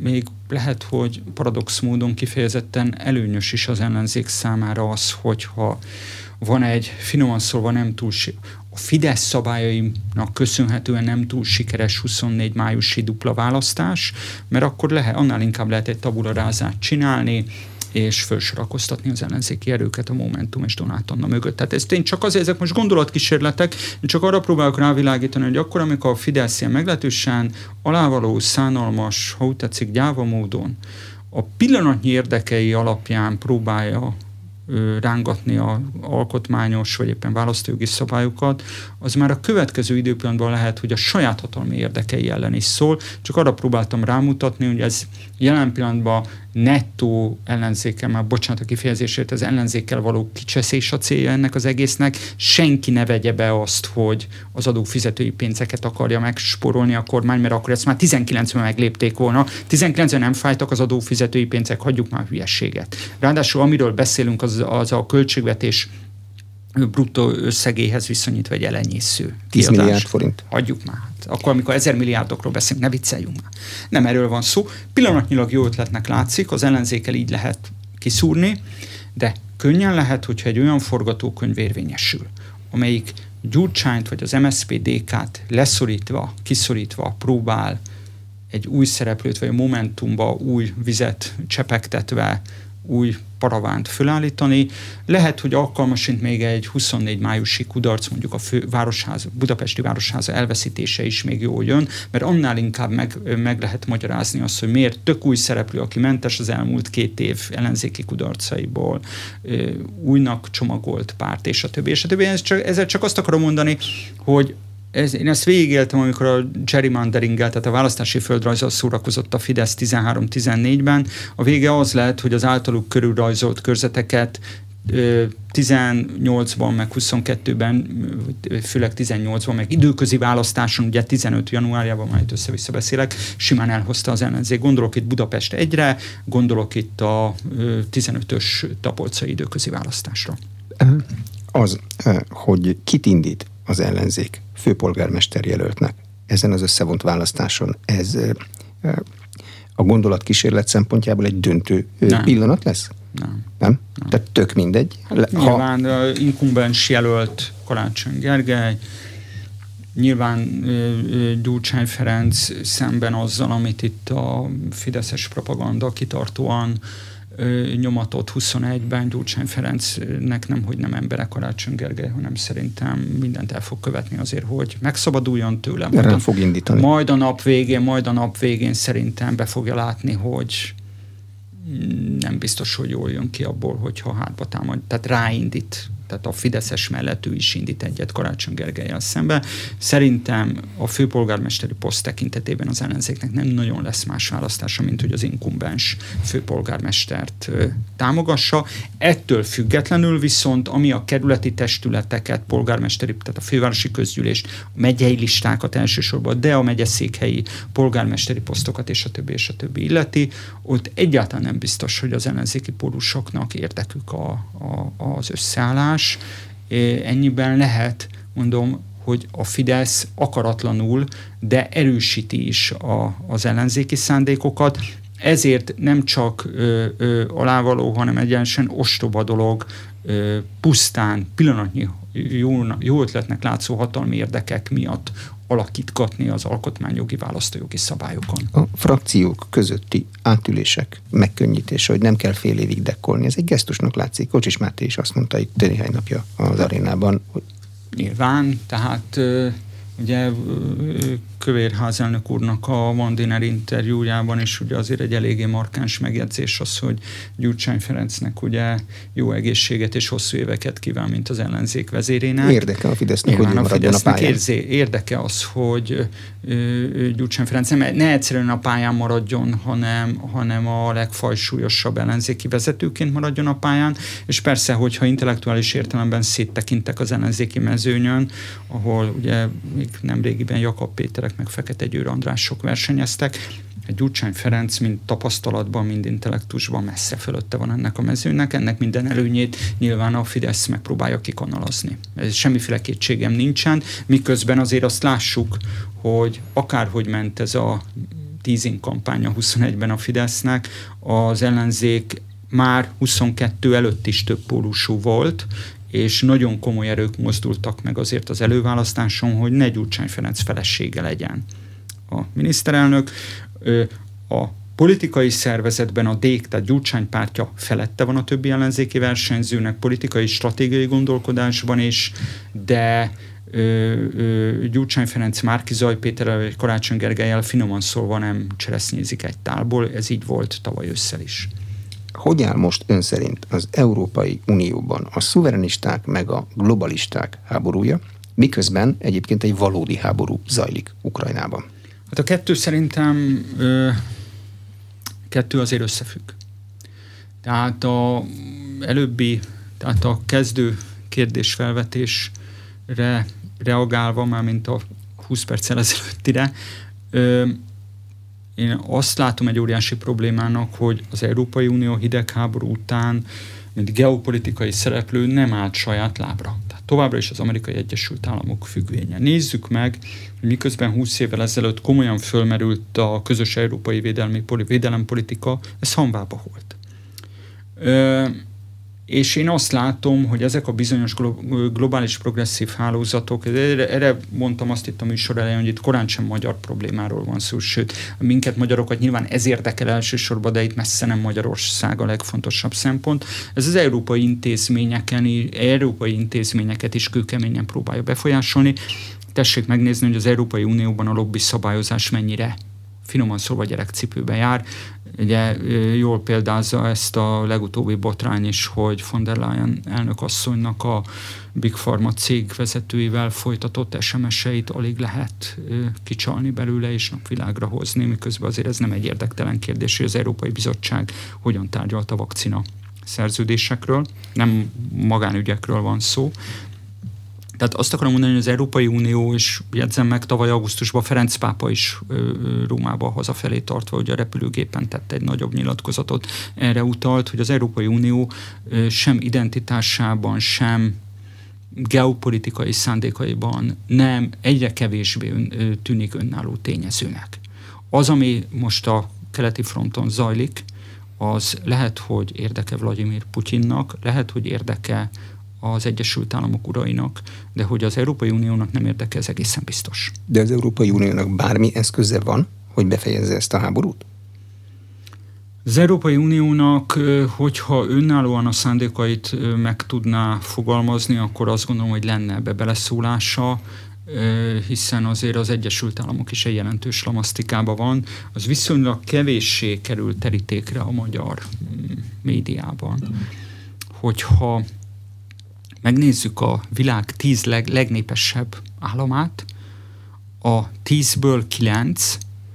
lehet, hogy paradox módon kifejezetten előnyös is az ellenzék számára az, hogyha van egy, finoman szólva nem túl, a Fidesz szabályainak köszönhetően nem túl sikeres huszonnégy májusi dupla választás, mert akkor lehet, annál inkább lehet egy tabula rását csinálni, és felsorakoztatni az ellenzéki erőket a Momentum és Donát Anna mögött. Tehát ez én csak azért, ezek most gondolatkísérletek, én csak arra próbálok rávilágítani, hogy akkor, amikor a Fidesz ilyen meglehetősen alávaló, szánalmas, ha úgy tetszik, gyáva módon a pillanatnyi érdekei alapján próbálja rángatni az alkotmányos vagy éppen választójogi szabályokat, az már a következő időpontban lehet, hogy a saját hatalmi érdekei ellen is szól. Csak arra próbáltam rámutatni, hogy ez jelen pillanatban nettó ellenzékkel, már bocsánat a kifejezésért, az ellenzékkel való kicseszés a célja ennek az egésznek. Senki ne vegye be azt, hogy az adófizetői pénzeket akarja megspórolni a kormány, mert akkor ezt már tizenkilencben meglépték volna. tizenkilencben nem fájtak az adófizetői pénzek, hagyjuk már hülyességet. Ráadásul amiről beszélünk, az, az a költségvetés bruttó összegéhez viszonyítva egy elenyésző. tíz milliárd forint. Hagyjuk már. Akkor, amikor ezer milliárdokról beszélünk, ne vicceljünk már. Nem erről van szó. Pillanatnyilag jó ötletnek látszik, az ellenzékkel így lehet kiszúrni, de könnyen lehet, hogyha egy olyan forgatókönyv érvényesül, amelyik Gyurcsányt vagy az em es zé pé dé ká-t leszorítva, kiszorítva próbál egy új szereplőt, vagy a Momentumba új vizet csepegtetve új paravánt fölállítani. Lehet, hogy alkalmasint még egy huszonnégy májusi kudarc, mondjuk a fő városháza, budapesti városháza elveszítése is még jól jön, mert annál inkább meg, meg lehet magyarázni azt, hogy miért tök új szereplő, aki mentes az elmúlt két év ellenzéki kudarcaiból, újnak csomagolt párt, és a többi, és a többi. Ez csak, ezzel csak azt akarom mondani, hogy Ez, én ezt végigéltem, amikor a gerrymanderinggel, tehát a választási földrajzzal szórakozott a Fidesz tizenhárom tizennégyben. A vége az lett, hogy az általuk körülrajzolt körzeteket tizennyolcban, meg huszonkettőben, főleg tizennyolcban, meg időközi választáson, ugye tizenöt januárjában, már itt össze-vissza beszélek, simán elhozta az ellenzék. Gondolok itt Budapest egyre, gondolok itt a tizenötös tapolcai időközi választásra. Az, hogy kit indít az ellenzék főpolgármester jelöltnek ezen az összevont választáson, ez a gondolatkísérlet szempontjából egy döntő nem. pillanat lesz? Nem. Nem? Nem. Tehát tök mindegy? Hát ha... Nyilván uh, inkumbens jelölt Karácsony Gergely, nyilván uh, Gyurcsány Ferenc szemben azzal, amit itt a fideszes propaganda kitartóan nyomatott huszonegyben Gyurcsány Ferencnek nem, hogy nem emberek Karácsony Gergely, hanem szerintem mindent el fog követni azért, hogy megszabaduljon tőle. Majd a, fog indítani. Majd a nap végén, majd a nap végén szerintem be fogja látni, hogy nem biztos, hogy jól jön ki abból, hogyha hátba támad. Tehát ráindít. Tehát a fideszes mellett ő is indít egyet Karácsony Gergellyel szembe. Szerintem a főpolgármesteri poszt tekintetében az ellenzéknek nem nagyon lesz más választása, mint hogy az inkumbens főpolgármestert ö, támogassa. Ettől függetlenül viszont, ami a kerületi testületeket, polgármesteri, tehát a fővárosi közgyűlést, a megyei listákat elsősorban, de a megyeszékhelyi polgármesteri posztokat és a többi és a többi illeti, ott egyáltalán nem biztos, hogy az ellenzéki pólusoknak érdekük a, a, az összeállás. Ennyiben lehet, mondom, hogy a Fidesz akaratlanul, de erősíti is a, az ellenzéki szándékokat. Ezért nem csak ö, ö, alávaló, hanem egyenesen ostoba dolog ö, pusztán pillanatnyi jó, jó ötletnek látszó hatalmi érdekek miatt alakítgatni az alkotmányjogi, választójogi szabályokon. A frakciók közötti átülések megkönnyítése, hogy nem kell fél évig dekkolni, ez egy gesztusnak látszik. Kocsis Máté is azt mondta itt néhány napja az arénában. Hogy... Nyilván, tehát ugye Kövér házelnök úrnak a Mandiner interjújában is ugye azért egy eléggé markáns megjegyzés az, hogy Gyurcsány Ferencnek ugye jó egészséget és hosszú éveket kíván, mint az ellenzék vezérének. Érdeke a Fidesznek, hogy a maradjon a pályán. Érzé, érdeke az, hogy Gyurcsány Ferenc nem, ne egyszerűen a pályán maradjon, hanem, hanem a legfajsúlyosabb ellenzéki vezetőként maradjon a pályán, és persze, hogyha intellektuális értelemben széttekintek az ellenzéki mezőnyön, ahol ugye még nemrégiben Jakab Péterek meg Fekete Győr Andrások versenyeztek. Egy Gyurcsány Ferenc mind tapasztalatban, mind intellektusban messze fölötte van ennek a mezőnek, ennek minden előnyét nyilván a Fidesz megpróbálja kikanalazni. Ez semmiféle kétségem nincsen, miközben azért azt lássuk, hogy akárhogy ment ez a teasing kampánya huszonegyben a Fidesznek, az ellenzék már huszonkettő előtt is több pólusú volt, és nagyon komoly erők mozdultak meg azért az előválasztáson, hogy ne Gyurcsány Ferenc felesége legyen a miniszterelnök. A politikai szervezetben a DÉK, tehát Gyurcsány pártja felette van a többi ellenzéki versenyzőnek, politikai stratégiai gondolkodásban is, de ö, ö, Gyurcsány Ferenc Márki-Zay Péterrel vagy Karácsony Gergellyel finoman szólva nem cseresznyézik egy tálból, ez így volt tavaly ősszel is. Hogy áll most ön szerint az Európai Unióban a szuverenisták meg a globalisták háborúja, miközben egyébként egy valódi háború zajlik Ukrajnában? Hát a kettő szerintem ö, kettő azért összefügg. Tehát a előbbi, tehát a kezdő kérdésfelvetésre reagálva, már mint a húsz perccel ezelőttire, ö, én azt látom egy óriási problémának, hogy az Európai Unió hidegháború után, mint geopolitikai szereplő nem állt saját lábra. Tehát továbbra is az Amerikai Egyesült Államok függvénye. Nézzük meg, hogy miközben húsz évvel ezelőtt komolyan fölmerült a közös európai védelmi, védelempolitika, ez hanvába volt. Ö, és én azt látom, hogy ezek a bizonyos globális progresszív hálózatok, erre, erre mondtam azt itt a műsor elején, hogy itt korán sem magyar problémáról van szó, sőt, minket magyarokat nyilván ez érdekel elsősorban, de itt messze nem Magyarország a legfontosabb szempont. Ez az európai intézményeken, európai intézményeket is kőkeményen próbálja befolyásolni. Tessék megnézni, hogy az Európai Unióban a lobby szabályozás mennyire finoman szólva gyerekcipőbe jár. Ugye jól példázza ezt a legutóbbi botrány is, hogy von der Leyen elnökasszonynak a Big Pharma cég vezetőivel folytatott es em es-eit alig lehet kicsalni belőle és napvilágra hozni, miközben azért ez nem egy érdektelen kérdés, hogy az Európai Bizottság hogyan tárgyalt a vakcina szerződésekről, nem magánügyekről van szó. Tehát azt akarom mondani, hogy az Európai Unió, és jegyzem meg, tavaly augusztusban Ferenc pápa is ö, Rómába hazafelé tartva, hogy a repülőgépen tett egy nagyobb nyilatkozatot, erre utalt, hogy az Európai Unió ö, sem identitásában, sem geopolitikai szándékaiban nem egyre kevésbé ön, ö, tűnik önálló tényezőnek. Az, ami most a keleti fronton zajlik, az lehet, hogy érdeke Vladimir Putyinnak, lehet, hogy érdeke az Egyesült Államok urainak, de hogy az Európai Uniónak nem érdeke, ez egészen biztos. De az Európai Uniónak bármi eszköze van, hogy befejezze ezt a háborút? Az Európai Uniónak, hogyha önállóan a szándékait meg tudná fogalmazni, akkor azt gondolom, hogy lenne ebbe beleszólása, hiszen azért az Egyesült Államok is egy jelentős lamasztikában van. Az viszonylag kevéssé kerül terítékre a magyar médiában. Hogyha megnézzük a világ tíz leg, legnépesebb államát, a tízből kilenc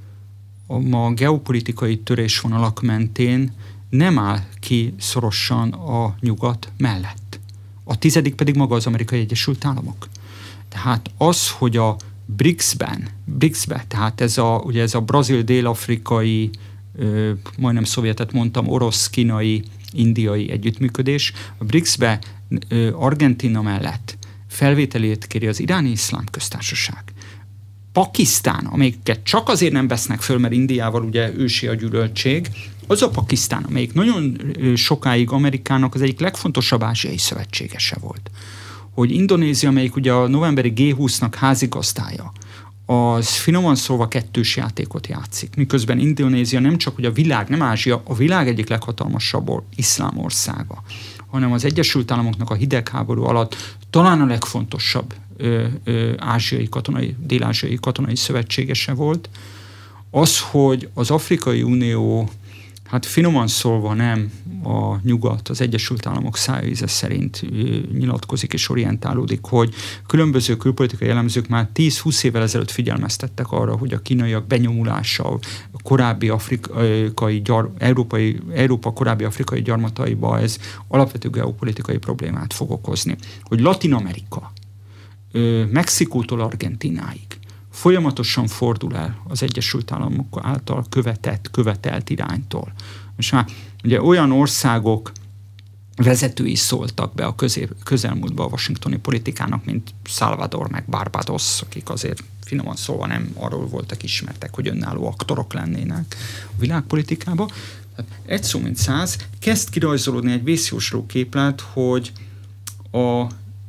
a ma geopolitikai törésvonalak mentén nem áll ki szorosan a nyugat mellett. A tizedik pedig maga az Amerikai Egyesült Államok. Tehát az, hogy a BRICS-ben, BRICS-ben, tehát ez a, ugye ez a brazil-dél-afrikai, ö, majdnem szovjetet mondtam, orosz-kínai, indiai együttműködés, a BRICS-be ö, Argentína mellett felvételét kéri az Iráni Iszlám Köztársaság. Pakisztán, amelyiket csak azért nem vesznek föl, mert Indiával ugye ősi a gyűlöltség, az a Pakisztán, amelyik nagyon sokáig Amerikának az egyik legfontosabb ázsiai szövetségese volt. Hogy Indonézia, amelyik ugye a novemberi gé húsznak házigazdája, az finoman szólva kettős játékot játszik. Miközben Indonézia nem csak, hogy a világ, nem Ázsia, a világ egyik leghatalmasabb iszlám országa, hanem az Egyesült Államoknak a hidegháború alatt talán a legfontosabb ö, ö, ázsiai katonai, dél-ázsiai katonai szövetségese volt. Az, hogy az Afrikai Unió, hát finoman szólva nem a nyugat, az Egyesült Államok szájíze szerint nyilatkozik és orientálódik, hogy különböző külpolitikai elemzők már tíz-húsz évvel ezelőtt figyelmeztettek arra, hogy a kínaiak benyomulása a korábbi afrikai, gyar, európai, Európa korábbi afrikai gyarmataiba ez alapvető geopolitikai problémát fog okozni. Hogy Latin Amerika, Mexikótól Argentináig folyamatosan fordul el az Egyesült Államok által követett, követelt iránytól. Most már ugye olyan országok, vezetői szóltak be a közé, közelmúltban a washingtoni politikának, mint Salvador meg Barbados, akik azért finoman szólva nem arról voltak ismertek, hogy önálló aktorok lennének a világpolitikában. Egy szó mint száz, kezd kirajzolódni egy vészjósló képlet, hogy a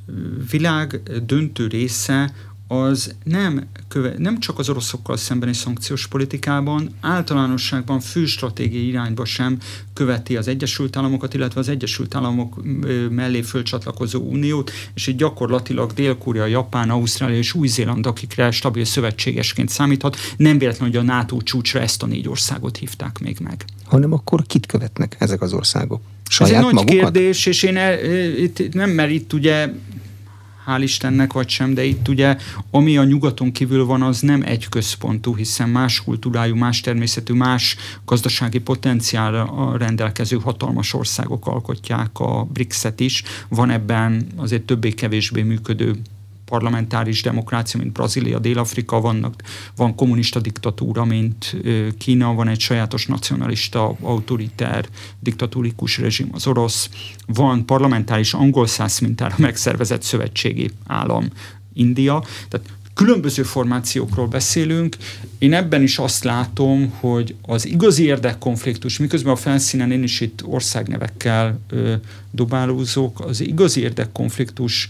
világ döntő része az nem, köve, nem csak az oroszokkal szembeni szankciós politikában, általánosságban főstratégiai irányba sem követi az Egyesült Államokat, illetve az Egyesült Államok mellé fölcsatlakozó uniót, és így gyakorlatilag Dél-Korea, Japán, Ausztrália és Új-Zéland, akikre stabil szövetségesként számíthat, nem véletlen, hogy a NATO csúcsra ezt a négy országot hívták még meg. Hanem akkor kit követnek ezek az országok? Saját Ez egy nagy magukat? kérdés, és én el, itt, nem, mert itt ugye hál' Istennek vagy sem, de itt ugye, ami a nyugaton kívül van, az nem egy központú, hiszen más kultúrájú, más természetű, más gazdasági potenciálra rendelkező hatalmas országok alkotják a brikset is. Van ebben azért többé-kevésbé működő parlamentáris demokrácia, mint Brazília, Dél-Afrika, vannak, van kommunista diktatúra, mint Kína, van egy sajátos nacionalista, autoriter, diktatórikus rezsim, az orosz, van parlamentáris angolszász mintára megszervezett szövetségi állam, India, tehát különböző formációkról beszélünk. Én ebben is azt látom, hogy az igazi érdekkonfliktus, miközben a felszínen én is itt országnevekkel ö, dobálózok, az igazi érdekkonfliktus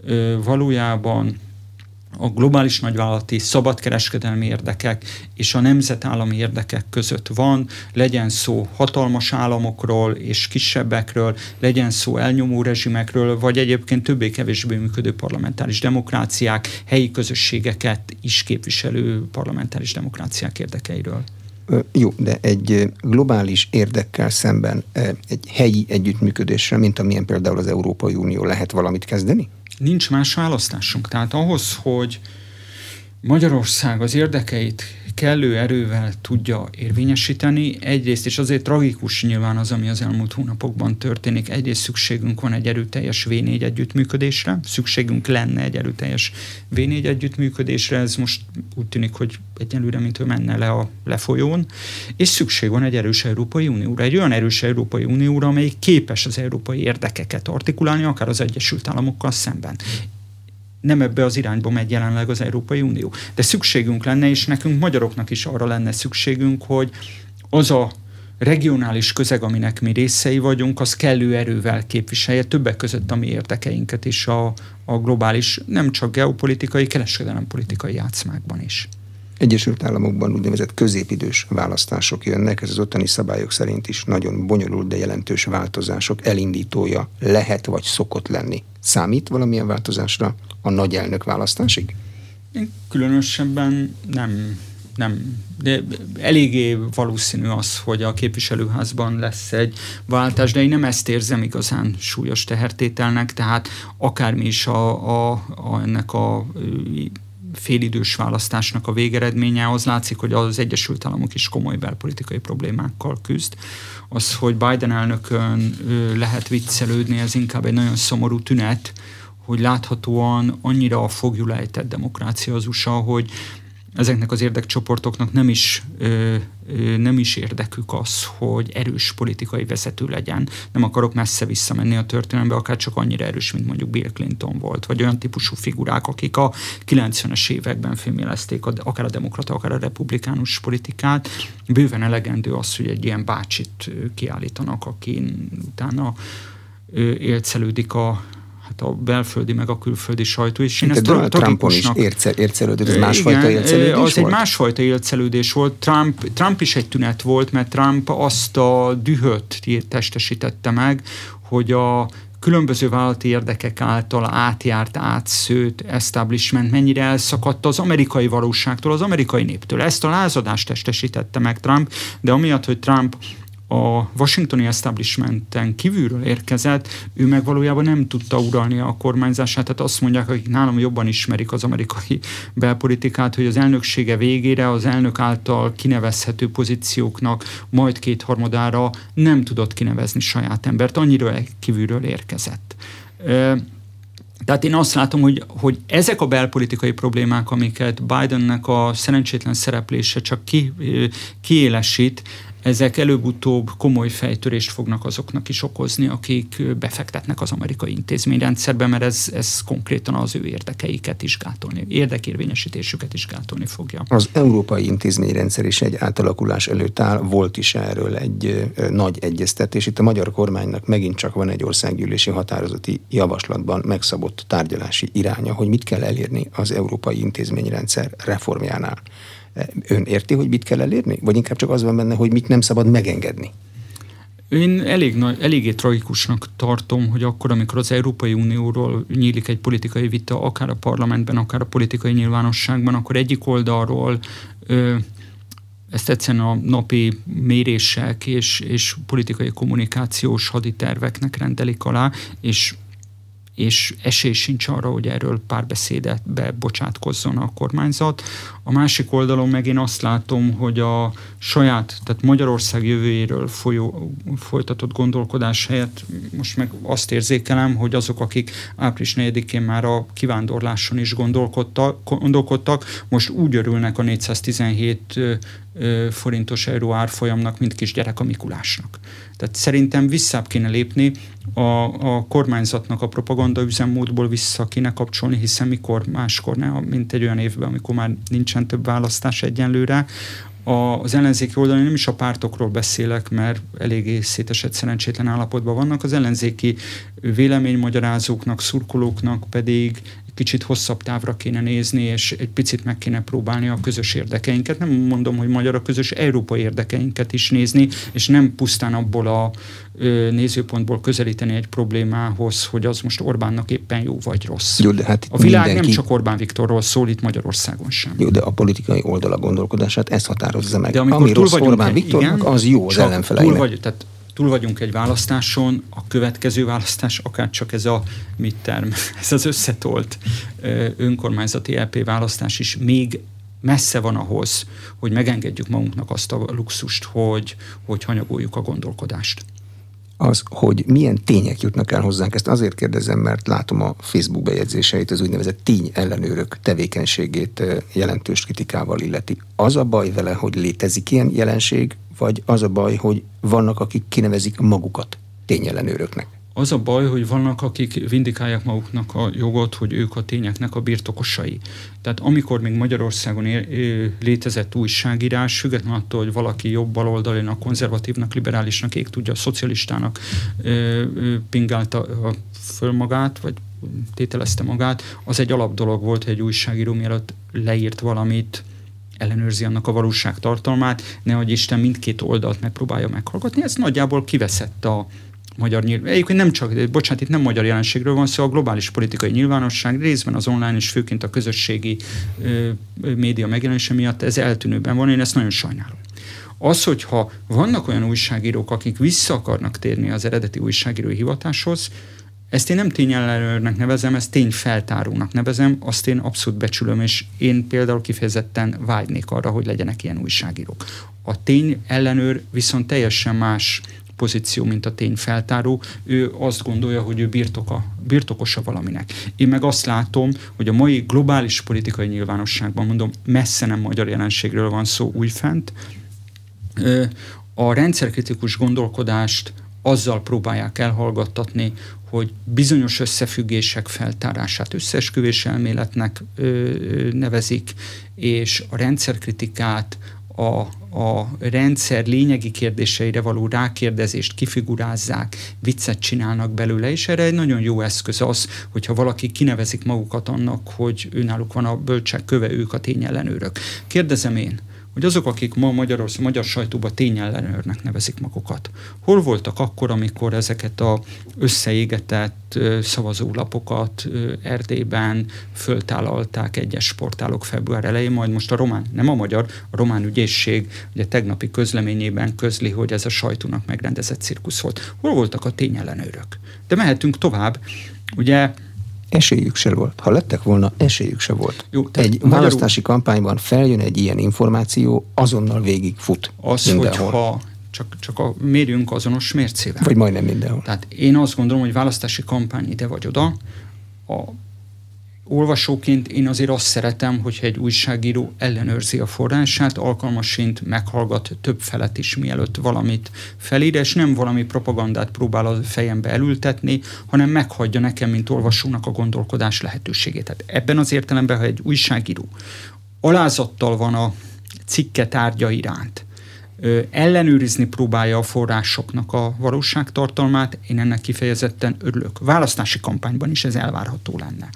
valójában a globális nagyvállalati szabadkereskedelmi érdekek és a nemzetállami érdekek között van, legyen szó hatalmas államokról és kisebbekről, legyen szó elnyomó rezsimekről, vagy egyébként többé-kevésbé működő parlamentáris demokráciák, helyi közösségeket is képviselő parlamentáris demokráciák érdekeiről. Jó, de egy globális érdekkel szemben egy helyi együttműködésre, mint amilyen például az Európai Unió, lehet valamit kezdeni? Nincs más választásunk. Tehát ahhoz, hogy Magyarország az érdekeit kellő erővel tudja érvényesíteni, egyrészt, és azért tragikus nyilván az, ami az elmúlt hónapokban történik, egyrészt szükségünk van egy erőteljes vé négy együttműködésre, szükségünk lenne egy erőteljes vé négy együttműködésre, ez most úgy tűnik, hogy egyelőre, mint ő menne le a lefolyón, és szükség van egy erős Európai Unióra, egy olyan erős Európai Unióra, amely képes az európai érdekeket artikulálni, akár az Egyesült Államokkal szemben. Nem ebbe az irányba megy jelenleg az Európai Unió. De szükségünk lenne, és nekünk magyaroknak is arra lenne szükségünk, hogy az a regionális közeg, aminek mi részei vagyunk, az kellő erővel képviselje többek között a mi érdekeinket is a, a globális, nem csak geopolitikai, kereskedelempolitikai játszmákban is. Egyesült Államokban úgynevezett középidős választások jönnek, ez az ottani szabályok szerint is nagyon bonyolult, de jelentős változások elindítója lehet vagy szokott lenni. Számít valamilyen változásra a nagy elnök választásig? Én különösebben nem, nem, de eléggé valószínű az, hogy a képviselőházban lesz egy váltás, de én nem ezt érzem igazán súlyos tehertételnek, tehát akármi is a, a, a ennek a félidős választásnak a végeredménye, az látszik, hogy az Egyesült Államok is komoly belpolitikai problémákkal küzd. Az, hogy Biden elnökön lehet viccelődni, ez inkább egy nagyon szomorú tünet, hogy láthatóan annyira a foglyul ejtett demokrácia az u es á, hogy ezeknek az érdekcsoportoknak nem is, ö, ö, nem is érdekük az, hogy erős politikai vezető legyen. Nem akarok messze visszamenni a történelembe, akár csak annyira erős, mint mondjuk Bill Clinton volt, vagy olyan típusú figurák, akik a kilencvenes években fémjelezték a, akár a demokrata, akár a republikánus politikát. Bőven elegendő az, hogy egy ilyen bácsit kiállítanak, akin utána ö, élcelődik a hát a belföldi meg a külföldi sajtó is. Én ezt Donald Trumpon is érce, ércelődött, ez másfajta igen, ércelődés az volt? egy másfajta ércelődés volt. Trump, Trump is egy tünet volt, mert Trump azt a dühöt testesítette meg, hogy a különböző vállalati érdekek által átjárt, átszőtt establishment mennyire elszakadt az amerikai valóságtól, az amerikai néptől. Ezt a lázadást testesítette meg Trump, de amiatt, hogy Trump a washingtoni establishmenten kívülről érkezett, ő meg valójában nem tudta uralni a kormányzását, tehát azt mondják, akik nálam jobban ismerik az amerikai belpolitikát, hogy az elnöksége végére az elnök által kinevezhető pozícióknak majd kétharmadára nem tudott kinevezni saját embert, annyira kívülről érkezett. Tehát én azt látom, hogy, hogy ezek a belpolitikai problémák, amiket Bidennek a szerencsétlen szereplése csak ki, kiélesít, ezek előbb-utóbb komoly fejtörést fognak azoknak is okozni, akik befektetnek az amerikai intézményrendszerbe, mert ez, ez konkrétan az ő érdekeiket is gátolni, érdekérvényesítésüket is gátolni fogja. Az európai intézményrendszer is egy átalakulás előtt áll, volt is erről egy nagy egyeztetés. Itt a magyar kormánynak megint csak van egy országgyűlési határozati javaslatban megszabott tárgyalási iránya, hogy mit kell elérni az európai intézményrendszer reformjánál. Ön érti, hogy mit kell elérni? Vagy inkább csak az van benne, hogy mit nem szabad megengedni? Én elég nagy, eléggé tragikusnak tartom, hogy akkor, amikor az Európai Unióról nyílik egy politikai vita, akár a parlamentben, akár a politikai nyilvánosságban, akkor egyik oldalról ö, ezt egyszerűen a napi mérések és, és politikai kommunikációs haditerveknek rendelik alá, és és esély sincs arra, hogy erről párbeszédbe bocsátkozzon a kormányzat. A másik oldalon meg én azt látom, hogy a saját, tehát Magyarország jövőjéről folyó, folytatott gondolkodás helyett most meg azt érzékelem, hogy azok, akik április negyedikén már a kivándorláson is gondolkodtak, gondolkodtak most úgy örülnek a négyszáztizenhét forintos euró árfolyamnak, mint kisgyerek a Mikulásnak. Tehát szerintem visszább kéne lépni, a, a kormányzatnak a propaganda üzemmódból vissza kéne kapcsolni, hiszen mikor máskor, ne, mint egy olyan évben, amikor már nincsen több választás egyenlőre. A, az ellenzéki oldalon nem is a pártokról beszélek, mert eléggé szétesett szerencsétlen állapotban vannak, az ellenzéki véleménymagyarázóknak, szurkolóknak pedig kicsit hosszabb távra kéne nézni, és egy picit meg kéne próbálni a közös érdekeinket. Nem mondom, hogy magyar, a közös európai érdekeinket is nézni, és nem pusztán abból a ö, nézőpontból közelíteni egy problémához, hogy az most Orbánnak éppen jó vagy rossz. Jó, de hát a világ mindenki... nem csak Orbán Viktorról szól, itt Magyarországon sem. Jó, de a politikai oldala gondolkodását ezt határozza meg. De ami rossz Orbán Viktornak, igen, az jó az ellenfeleinek. Vagy, tehát túl vagyunk egy választáson, a következő választás, akár csak ez a midterm, ez az összetolt önkormányzati é pé választás is még messze van ahhoz, hogy megengedjük magunknak azt a luxust, hogy, hogy hanyagoljuk a gondolkodást. Az, hogy milyen tények jutnak el hozzánk, ezt azért kérdezem, mert látom a Facebook bejegyzéseit, az úgynevezett tény ellenőrök tevékenységét jelentős kritikával illeti. Az a baj vele, hogy létezik ilyen jelenség, vagy az a baj, hogy vannak, akik kinevezik magukat tényellenőröknek? Az a baj, hogy vannak, akik vindikálják maguknak a jogot, hogy ők a tényeknek a birtokosai. Tehát amikor még Magyarországon él, létezett újságírás, függetlenül attól, hogy valaki jobb baloldalinak, konzervatívnak, liberálisnak, ég tudja, szocialistának pingálta föl magát, vagy tételezte magát, az egy alap dolog volt, hogy egy újságíró mielőtt leírt valamit, ellenőrzi annak a valóság tartalmát, nehogy Isten mindkét oldalt megpróbálja meghallgatni. Ez nagyjából kiveszett a magyar nyilvánosság. Egyébként nem csak, bocsánat, itt nem magyar jelenségről van szó, szóval a globális politikai nyilvánosság részben az online és főként a közösségi ö, média megjelenése miatt ez eltűnőben van, én ezt nagyon sajnálom. Az, hogyha vannak olyan újságírók, akik vissza akarnak térni az eredeti újságírói hivatáshoz, ezt én nem tényellenőrnek nevezem, ezt tényfeltárónak nevezem, azt én abszolút becsülöm, és én például kifejezetten vágynék arra, hogy legyenek ilyen újságírók. A tényellenőr viszont teljesen más pozíció, mint a tényfeltáró. Ő azt gondolja, hogy ő birtoka, birtokosa valaminek. Én meg azt látom, hogy a mai globális politikai nyilvánosságban, mondom, messze nem magyar jelenségről van szó újfent, a rendszerkritikus gondolkodást azzal próbálják elhallgattatni, hogy bizonyos összefüggések feltárását összeesküvés elméletnek ö, nevezik, és a rendszerkritikát, a, a rendszer lényegi kérdéseire való rákérdezést kifigurázzák, viccet csinálnak belőle, és erre egy nagyon jó eszköz az, hogyha valaki kinevezik magukat annak, hogy őnáluk van a bölcsek köve, ők a tényellenőrök. Kérdezem én, hogy azok, akik ma Magyarország, magyar sajtóban tényellenőrnek nevezik magukat, hol voltak akkor, amikor ezeket az összeégetett szavazólapokat Erdélyben föltállalták egyes portálok február elején, majd most a román, nem a magyar, a román ügyészség ugye tegnapi közleményében közli, hogy ez a sajtónak megrendezett cirkusz volt. Hol voltak a tényellenőrök? De mehetünk tovább, ugye. Esélyük se volt. Ha lettek volna, esélyük se volt. Jó, egy magyarul... választási kampányban feljön egy ilyen információ, azonnal végig fut. Az, hogyha csak, csak a, mérjünk azonos mércével. Vagy majdnem mindenhol. Tehát én azt gondolom, hogy választási kampány ide vagy oda, a olvasóként én azért azt szeretem, hogyha egy újságíró ellenőrzi a forrását, alkalmasint meghallgat több felet is, mielőtt valamit felír, és nem valami propagandát próbál a fejembe elültetni, hanem meghagyja nekem, mint olvasónak a gondolkodás lehetőségét. Tehát ebben az értelemben, ha egy újságíró alázattal van a cikke tárgya iránt, ö, ellenőrizni próbálja a forrásoknak a valóságtartalmát, én ennek kifejezetten örülök. Választási kampányban is ez elvárható lenne.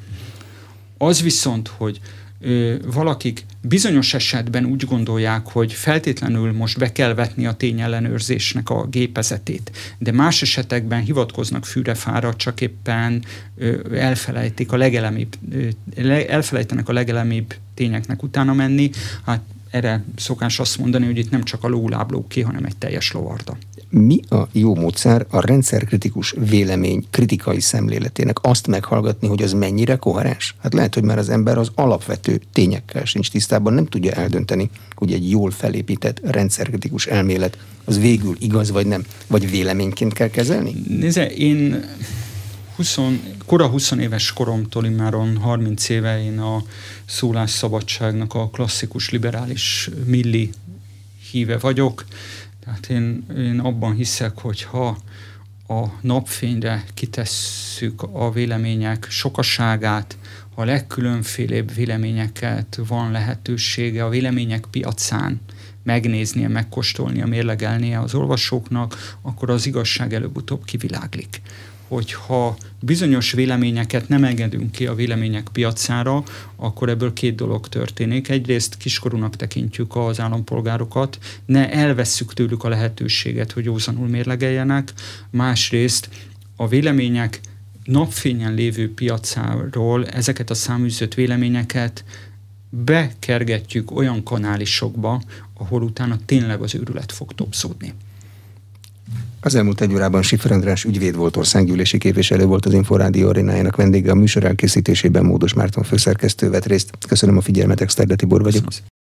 Az viszont, hogy ö, valakik bizonyos esetben úgy gondolják, hogy feltétlenül most be kell vetni a tényellenőrzésnek a gépezetét, de más esetekben hivatkoznak fűre-fára, csak éppen ö, elfelejtik a legelemibb, ö, elfelejtenek a legelemibb tényeknek utána menni, hát erre szokás azt mondani, hogy itt nem csak a ló lábló ki, hanem egy teljes lovarda. Mi a jó módszer a rendszerkritikus vélemény kritikai szemléletének azt meghallgatni, hogy az mennyire koherens? Hát lehet, hogy már az ember az alapvető tényekkel sincs tisztában, nem tudja eldönteni, hogy egy jól felépített rendszerkritikus elmélet az végül igaz vagy nem, vagy véleményként kell kezelni? Nézze, én húsz, kora huszonéves koromtól immáron harminc éve én a szólásszabadságnak a klasszikus liberális milli híve vagyok. Tehát én, én abban hiszek, hogy ha a napfényre kitesszük a vélemények sokaságát, ha a legkülönfélébb véleményeket van lehetősége a vélemények piacán megnéznie, megkóstolnia, mérlegelnie az olvasóknak, akkor az igazság előbb-utóbb kiviláglik. Hogyha bizonyos véleményeket nem engedünk ki a vélemények piacára, akkor ebből két dolog történik. Egyrészt kiskorúnak tekintjük az állampolgárokat, ne elvesszük tőlük a lehetőséget, hogy józanul mérlegeljenek. Másrészt a vélemények napfényen lévő piacáról ezeket a száműzött véleményeket bekergetjük olyan kanálisokba, ahol utána tényleg az őrület fog topszódni. Az elmúlt egy órában Schiffer András ügyvéd volt, országgyűlési képviselő volt, az Inforádió arénájának vendége, a műsor elkészítésében Módos Márton főszerkesztő vett részt. Köszönöm a figyelmet, Exterde Tibor vagyok. Köszönöm.